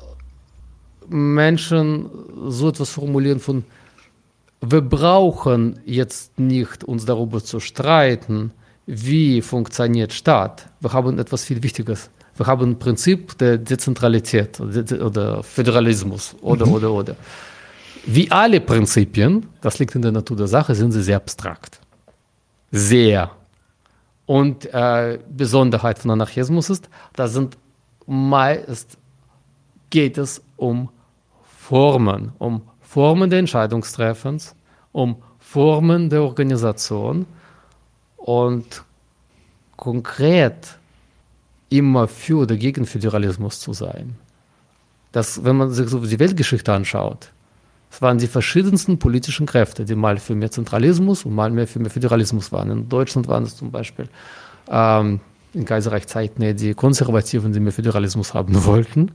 [SPEAKER 2] Menschen so etwas formulieren von wir brauchen jetzt nicht uns darüber zu streiten, wie funktioniert Staat. Wir haben etwas viel Wichtiges. Wir haben ein Prinzip der Dezentralität oder Föderalismus oder. Wie alle Prinzipien, das liegt in der Natur der Sache, sind sie sehr abstrakt. Sehr. Und Besonderheit von Anarchismus ist, meist geht es um Formen der Entscheidungstreffens, um Formen der Organisation und konkret immer für oder gegen Föderalismus zu sein. Wenn man sich so die Weltgeschichte anschaut, es waren die verschiedensten politischen Kräfte, die mal für mehr Zentralismus und mal mehr für mehr Föderalismus waren. In Deutschland waren es zum Beispiel in Kaiserreichzeiten die Konservativen, die mehr Föderalismus haben wollten.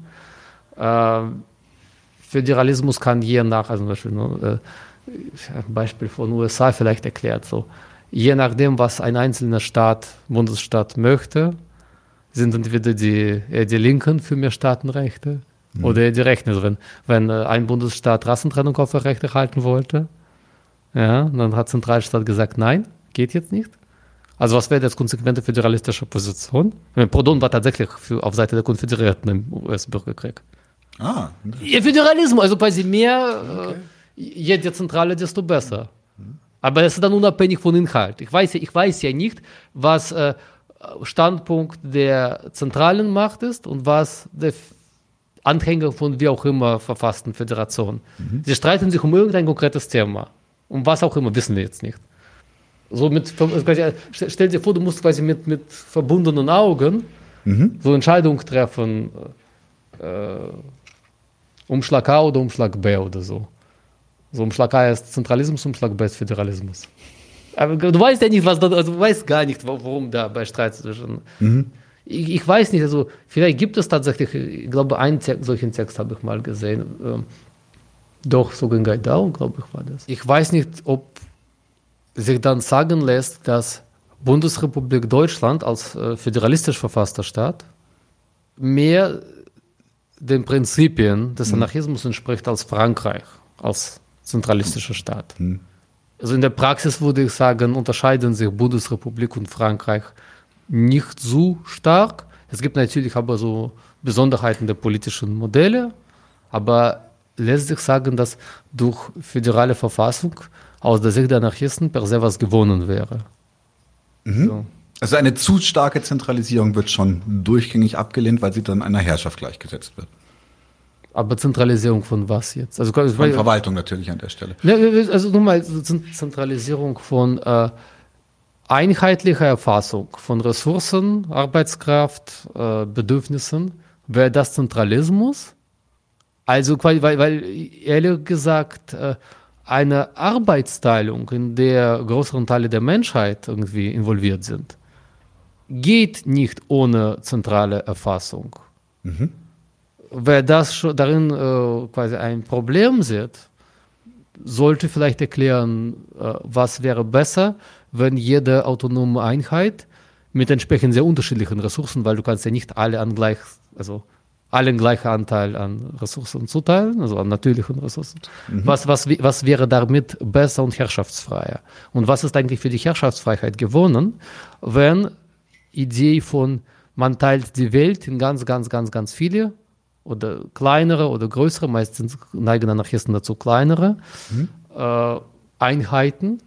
[SPEAKER 2] Föderalismus kann je nach, also zum Beispiel ein Beispiel von USA vielleicht erklärt, so je nachdem, was ein einzelner Bundesstaat möchte, sind entweder die Linken für mehr Staatenrechte oder die Rechten. Also wenn ein Bundesstaat Rassentrennung aufrechterhalten wollte, ja, dann hat Zentralstaat gesagt, nein, geht jetzt nicht. Also was wäre das konsequente föderalistische Position? Proudhon war tatsächlich auf Seite der Konföderierten im US-Bürgerkrieg. Ja, Föderalismus, also quasi mehr, je dezentraler, desto besser. Aber das ist dann unabhängig von Inhalt. Ich weiß ja nicht, was Standpunkt der zentralen Macht ist und was der Anhänger von wie auch immer verfassten Föderation. Sie streiten sich um irgendein konkretes Thema. Um was auch immer, wissen wir jetzt nicht. So stell dir vor, du musst quasi mit verbundenen Augen so Entscheidungen treffen, Umschlag A oder Umschlag B oder so. So Umschlag A ist Zentralismus, Umschlag B ist Föderalismus. Aber du weißt ja nicht, du weißt gar nicht, worum da bei Streit zwischen. Ich weiß nicht, also vielleicht gibt es tatsächlich, ich glaube, solchen Text habe ich mal gesehen. Doch, sogar in Gaidau, glaube ich, war das. Ich weiß nicht, ob sich dann sagen lässt, dass Bundesrepublik Deutschland als föderalistisch verfasster Staat mehr den Prinzipien des Anarchismus entspricht als Frankreich, als zentralistischer Staat. Also in der Praxis würde ich sagen, unterscheiden sich Bundesrepublik und Frankreich nicht so stark. Es gibt natürlich aber so Besonderheiten der politischen Modelle, aber lässt sich sagen, dass durch föderale Verfassung aus der Sicht der Anarchisten per se was gewonnen wäre. So.
[SPEAKER 1] Also eine zu starke Zentralisierung wird schon durchgängig abgelehnt, weil sie dann einer Herrschaft gleichgesetzt wird.
[SPEAKER 2] Aber Zentralisierung von was jetzt? Also
[SPEAKER 1] von Verwaltung natürlich an der Stelle.
[SPEAKER 2] Also nur mal Zentralisierung von einheitlicher Erfassung von Ressourcen, Arbeitskraft, Bedürfnissen. Wäre das Zentralismus? Also, weil ehrlich gesagt, eine Arbeitsteilung, in der größere Teile der Menschheit irgendwie involviert sind, geht nicht ohne zentrale Erfassung. Mhm. Wer das schon darin quasi ein Problem sieht, sollte vielleicht erklären, was wäre besser, wenn jede autonome Einheit mit entsprechend sehr unterschiedlichen Ressourcen, weil du kannst ja nicht alle allen gleichen Anteil an Ressourcen zuteilen, also an natürlichen Ressourcen. Mhm. Was wäre damit besser und herrschaftsfreier? Und was ist eigentlich für die Herrschaftsfreiheit gewonnen, wenn Idee von man teilt die Welt in ganz, ganz, ganz, ganz viele oder kleinere oder größere, meistens neigen Anarchisten dazu kleinere Einheiten,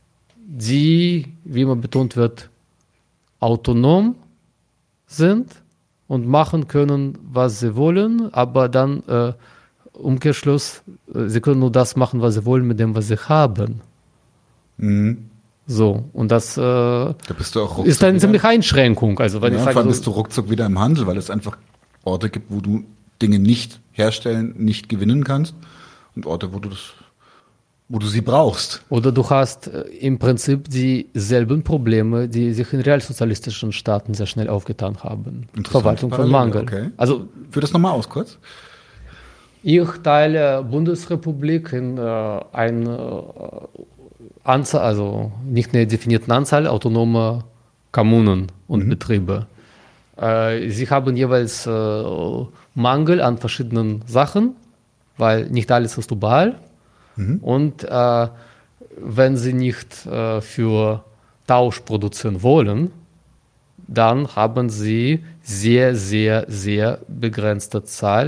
[SPEAKER 2] die, wie immer betont wird, autonom sind und machen können, was sie wollen, aber dann Umkehrschluss, sie können nur das machen, was sie wollen, mit dem, was sie haben. Mhm. So, und das
[SPEAKER 1] da bist du auch
[SPEAKER 2] ist eine ziemliche Einschränkung. Also, wenn
[SPEAKER 1] ich sage, bist du ruckzuck wieder im Handel, weil es einfach Orte gibt, wo du Dinge nicht herstellen, nicht gewinnen kannst und Orte, wo du sie brauchst.
[SPEAKER 2] Oder du hast im Prinzip dieselben Probleme, die sich in realsozialistischen Staaten sehr schnell aufgetan haben. Verwaltung von Mangel.
[SPEAKER 1] Okay. Also, führ das nochmal aus kurz.
[SPEAKER 2] Ich teile Bundesrepublik in eine Anzahl, also nicht eine definierte Anzahl autonomer Kommunen und Betriebe. Sie haben jeweils Mangel an verschiedenen Sachen, weil nicht alles ist überall. Und wenn sie nicht für Tausch produzieren wollen, dann haben sie sehr, sehr, sehr begrenzte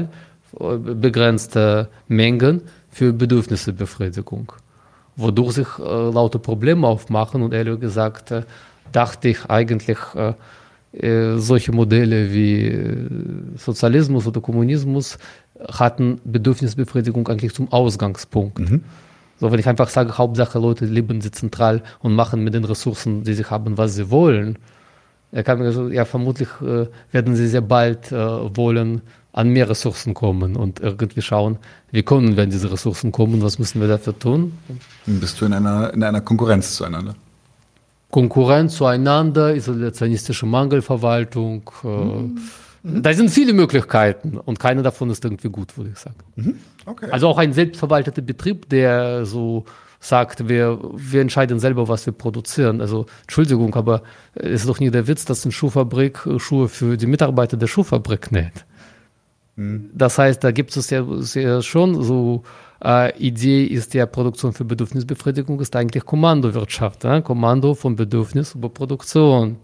[SPEAKER 2] Mengen für Bedürfnisbefriedigung, wodurch sich lauter Probleme aufmachen. Und ehrlich gesagt dachte ich eigentlich, solche Modelle wie Sozialismus oder Kommunismus hatten Bedürfnisbefriedigung eigentlich zum Ausgangspunkt. So, wenn ich einfach sage, Hauptsache Leute leben dezentral und machen mit den Ressourcen, die sie haben, was sie wollen, vermutlich werden sie sehr bald wollen an mehr Ressourcen kommen und irgendwie schauen, wie können wir an diese Ressourcen kommen, was müssen wir dafür tun.
[SPEAKER 1] Dann bist du in einer Konkurrenz zueinander.
[SPEAKER 2] Konkurrenz zueinander, isolationistische Mangelverwaltung. Da sind viele Möglichkeiten und keine davon ist irgendwie gut, würde ich sagen. Okay. Also auch ein selbstverwalteter Betrieb, der so sagt, wir entscheiden selber, was wir produzieren. Also Entschuldigung, aber es ist doch nicht der Witz, dass eine Schuhfabrik Schuhe für die Mitarbeiter der Schuhfabrik näht. Das heißt, da gibt es ja schon so Idee ist ja Produktion für Bedürfnisbefriedigung ist eigentlich Kommandowirtschaft, Kommando von Bedürfnis über Produktion.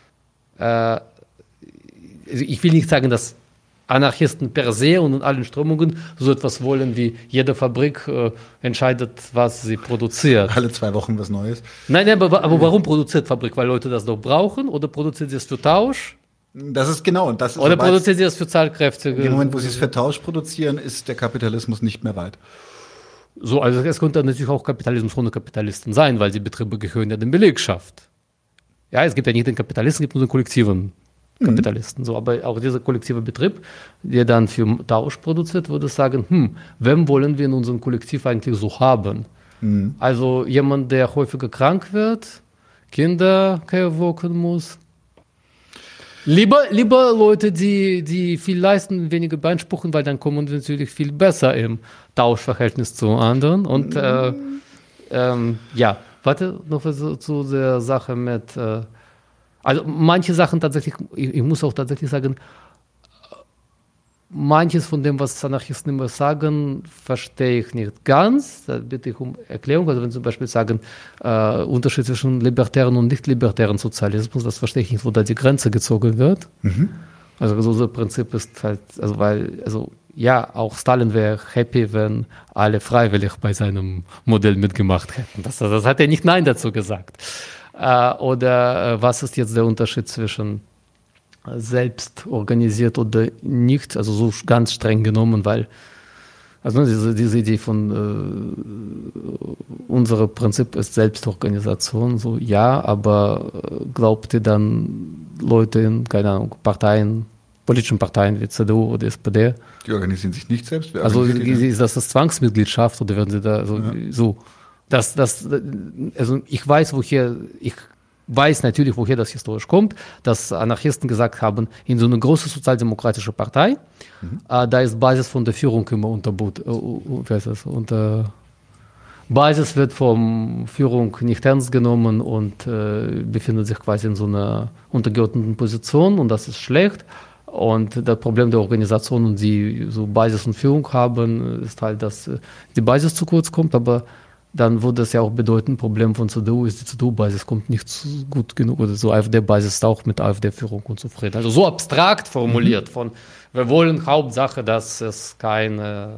[SPEAKER 2] Ich will nicht sagen, dass Anarchisten per se und in allen Strömungen so etwas wollen, wie jede Fabrik entscheidet, was sie produziert.
[SPEAKER 1] Alle 2 Wochen was Neues.
[SPEAKER 2] Nein, aber warum produziert Fabrik? Weil Leute das doch brauchen oder produziert sie es für Tausch?
[SPEAKER 1] Das ist genau. Und das ist
[SPEAKER 2] oder produziert sie es für zahlkräftige?
[SPEAKER 1] Im Moment, wo sie es für Tausch produzieren, ist der Kapitalismus nicht mehr weit.
[SPEAKER 2] So, also es könnte natürlich auch Kapitalismus ohne Kapitalisten sein, weil die Betriebe gehören ja der Belegschaft. Ja, es gibt ja nicht den Kapitalisten, es gibt nur den kollektiven Kapitalisten. So, aber auch dieser kollektive Betrieb, der dann für Tausch produziert, würde sagen, wem wollen wir in unserem Kollektiv eigentlich so haben? Also jemand, der häufiger krank wird, Kinder erwogen muss. Lieber Leute, die viel leisten, weniger beanspruchen, weil dann kommen wir natürlich viel besser im Tauschverhältnis zu anderen. Und noch zu der Sache mit, also manche Sachen tatsächlich, ich muss auch tatsächlich sagen, manches von dem, was Anarchisten immer sagen, verstehe ich nicht ganz. Da bitte ich um Erklärung. Also wenn sie zum Beispiel sagen, Unterschied zwischen libertären und nicht-libertären Sozialismus, das verstehe ich nicht, wo da die Grenze gezogen wird. Also so das Prinzip ist halt, auch Stalin wäre happy, wenn alle freiwillig bei seinem Modell mitgemacht hätten. Das hat er nicht Nein dazu gesagt. Oder was ist jetzt der Unterschied zwischen selbst organisiert oder nicht, also so ganz streng genommen, weil Also diese Idee von unser Prinzip ist Selbstorganisation, so ja, aber glaubt ihr dann Leute in, keine Ahnung, politischen Parteien wie CDU oder SPD?
[SPEAKER 1] Die organisieren sich nicht selbst?
[SPEAKER 2] Also ist das Zwangsmitgliedschaft oder werden sie da so? Also ich weiß natürlich, woher das historisch kommt, dass Anarchisten gesagt haben, in so eine große sozialdemokratische Partei, da ist Basis von der Führung immer unter Basis wird von Führung nicht ernst genommen und befindet sich quasi in so einer untergeordneten Position und das ist schlecht. Und das Problem der Organisationen, die so Basis und Führung haben, ist halt, dass die Basis zu kurz kommt, aber dann würde es ja auch bedeuten, ein Problem von CDU ist, die CDU-Basis kommt nicht gut genug oder so AfD-Basis ist auch mit AfD-Führung unzufrieden. Also so abstrakt formuliert von, wir wollen Hauptsache, dass es keine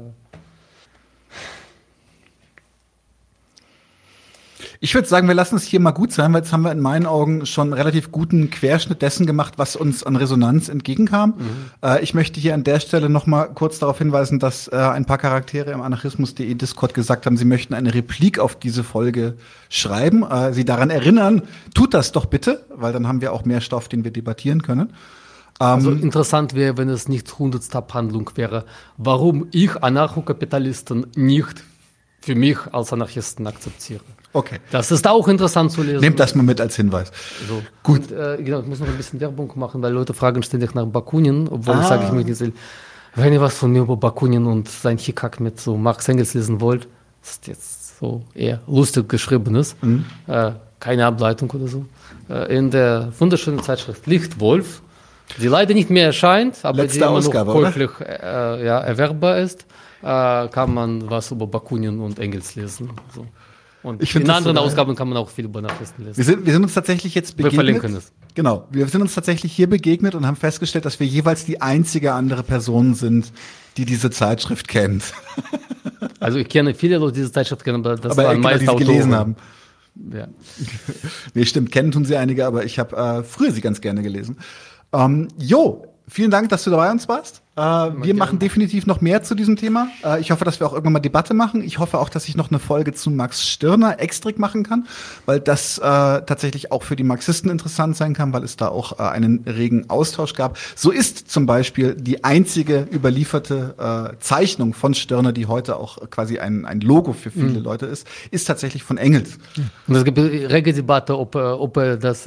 [SPEAKER 1] Ich würde sagen, wir lassen es hier mal gut sein, weil jetzt haben wir in meinen Augen schon einen relativ guten Querschnitt dessen gemacht, was uns an Resonanz entgegenkam. Ich möchte hier an der Stelle noch mal kurz darauf hinweisen, dass ein paar Charaktere im Anarchismus.de Discord gesagt haben, sie möchten eine Replik auf diese Folge schreiben, sie daran erinnern, tut das doch bitte, weil dann haben wir auch mehr Stoff, den wir debattieren können.
[SPEAKER 2] Also interessant wäre, wenn es nicht 100. Abhandlung wäre, warum ich Anarchokapitalisten nicht für mich als Anarchisten akzeptiere.
[SPEAKER 1] Okay.
[SPEAKER 2] Das ist auch interessant zu lesen.
[SPEAKER 1] Nehmt das mal mit als Hinweis.
[SPEAKER 2] So. Gut. Und, genau, ich muss noch ein bisschen Werbung machen, weil Leute fragen ständig nach Bakunin, obwohl ich sage, ich möchte nicht, wenn ihr was von mir über Bakunin und sein Hickhack mit so Marx Engels lesen wollt, das ist jetzt so eher lustig geschriebenes, keine Ableitung oder so, in der wunderschönen Zeitschrift Lichtwolf, die leider nicht mehr erscheint, aber
[SPEAKER 1] letzte
[SPEAKER 2] die immer
[SPEAKER 1] Ausgabe,
[SPEAKER 2] noch käuflich erwerbbar ist, kann man was über Bakunin und Engels lesen. So. Und in anderen Ausgaben kann man auch viel über Nachrichten lesen.
[SPEAKER 1] Wir sind uns tatsächlich jetzt begegnet.
[SPEAKER 2] Wir verlinken es.
[SPEAKER 1] Genau. Wir sind uns tatsächlich hier begegnet und haben festgestellt, dass wir jeweils die einzige andere Person sind, die diese Zeitschrift kennt.
[SPEAKER 2] Also ich kenne viele Leute, die diese Zeitschrift kennen, aber das waren meist
[SPEAKER 1] die sie gelesen haben.
[SPEAKER 2] Ja.
[SPEAKER 1] Nee, stimmt, kennen tun sie einige, aber ich habe früher sie ganz gerne gelesen. Vielen Dank, dass du dabei uns warst. Wir machen definitiv noch mehr zu diesem Thema. Ich hoffe, dass wir auch irgendwann mal Debatte machen. Ich hoffe auch, dass ich noch eine Folge zu Max Stirner extra machen kann, weil das tatsächlich auch für die Marxisten interessant sein kann, weil es da auch einen regen Austausch gab. So ist zum Beispiel die einzige überlieferte Zeichnung von Stirner, die heute auch quasi ein Logo für viele Leute ist tatsächlich von Engels.
[SPEAKER 2] Und es gibt rege Debatte, ob er das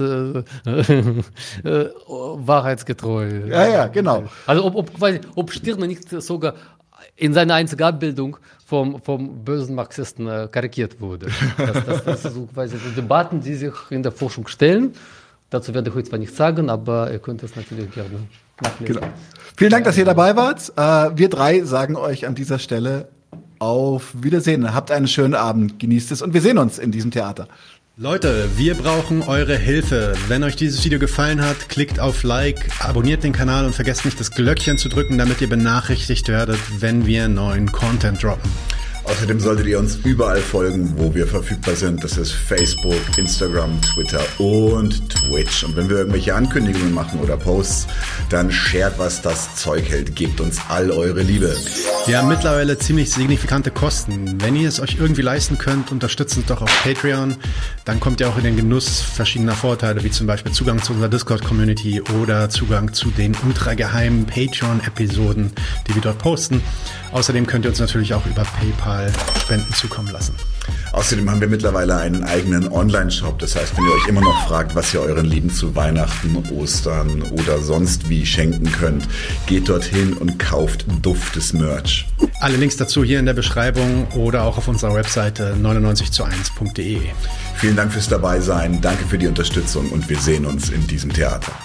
[SPEAKER 2] wahrheitsgetreu.
[SPEAKER 1] Ja, genau.
[SPEAKER 2] Also ob Stirner nicht sogar in seiner einzigen Abbildung vom bösen Marxisten karikiert wurde. Das sind so quasi so Debatten, die sich in der Forschung stellen. Dazu werde ich heute zwar nichts sagen, aber ihr könnt es natürlich gerne nachlesen.
[SPEAKER 1] Genau. Vielen Dank, dass ihr dabei wart. Wir drei sagen euch an dieser Stelle auf Wiedersehen. Habt einen schönen Abend, genießt es und wir sehen uns in diesem Theater.
[SPEAKER 3] Leute, wir brauchen eure Hilfe. Wenn euch dieses Video gefallen hat, klickt auf Like, abonniert den Kanal und vergesst nicht das Glöckchen zu drücken, damit ihr benachrichtigt werdet, wenn wir neuen Content droppen.
[SPEAKER 4] Außerdem solltet ihr uns überall folgen, wo wir verfügbar sind. Das ist Facebook, Instagram, Twitter und Twitch. Und wenn wir irgendwelche Ankündigungen machen oder Posts, dann shared, was das Zeug hält. Gebt uns all eure Liebe.
[SPEAKER 3] Wir haben mittlerweile ziemlich signifikante Kosten. Wenn ihr es euch irgendwie leisten könnt, unterstützt uns doch auf Patreon. Dann kommt ihr auch in den Genuss verschiedener Vorteile, wie zum Beispiel Zugang zu unserer Discord-Community oder Zugang zu den ultrageheimen Patreon-Episoden, die wir dort posten. Außerdem könnt ihr uns natürlich auch über PayPal Spenden zukommen lassen.
[SPEAKER 4] Außerdem haben wir mittlerweile einen eigenen Online-Shop. Das heißt, wenn ihr euch immer noch fragt, was ihr euren Lieben zu Weihnachten, Ostern oder sonst wie schenken könnt, geht dorthin und kauft duftes Merch.
[SPEAKER 3] Alle Links dazu hier in der Beschreibung oder auch auf unserer Webseite 99zu1.de.
[SPEAKER 4] Vielen Dank fürs Dabeisein, danke für die Unterstützung und wir sehen uns in diesem Theater.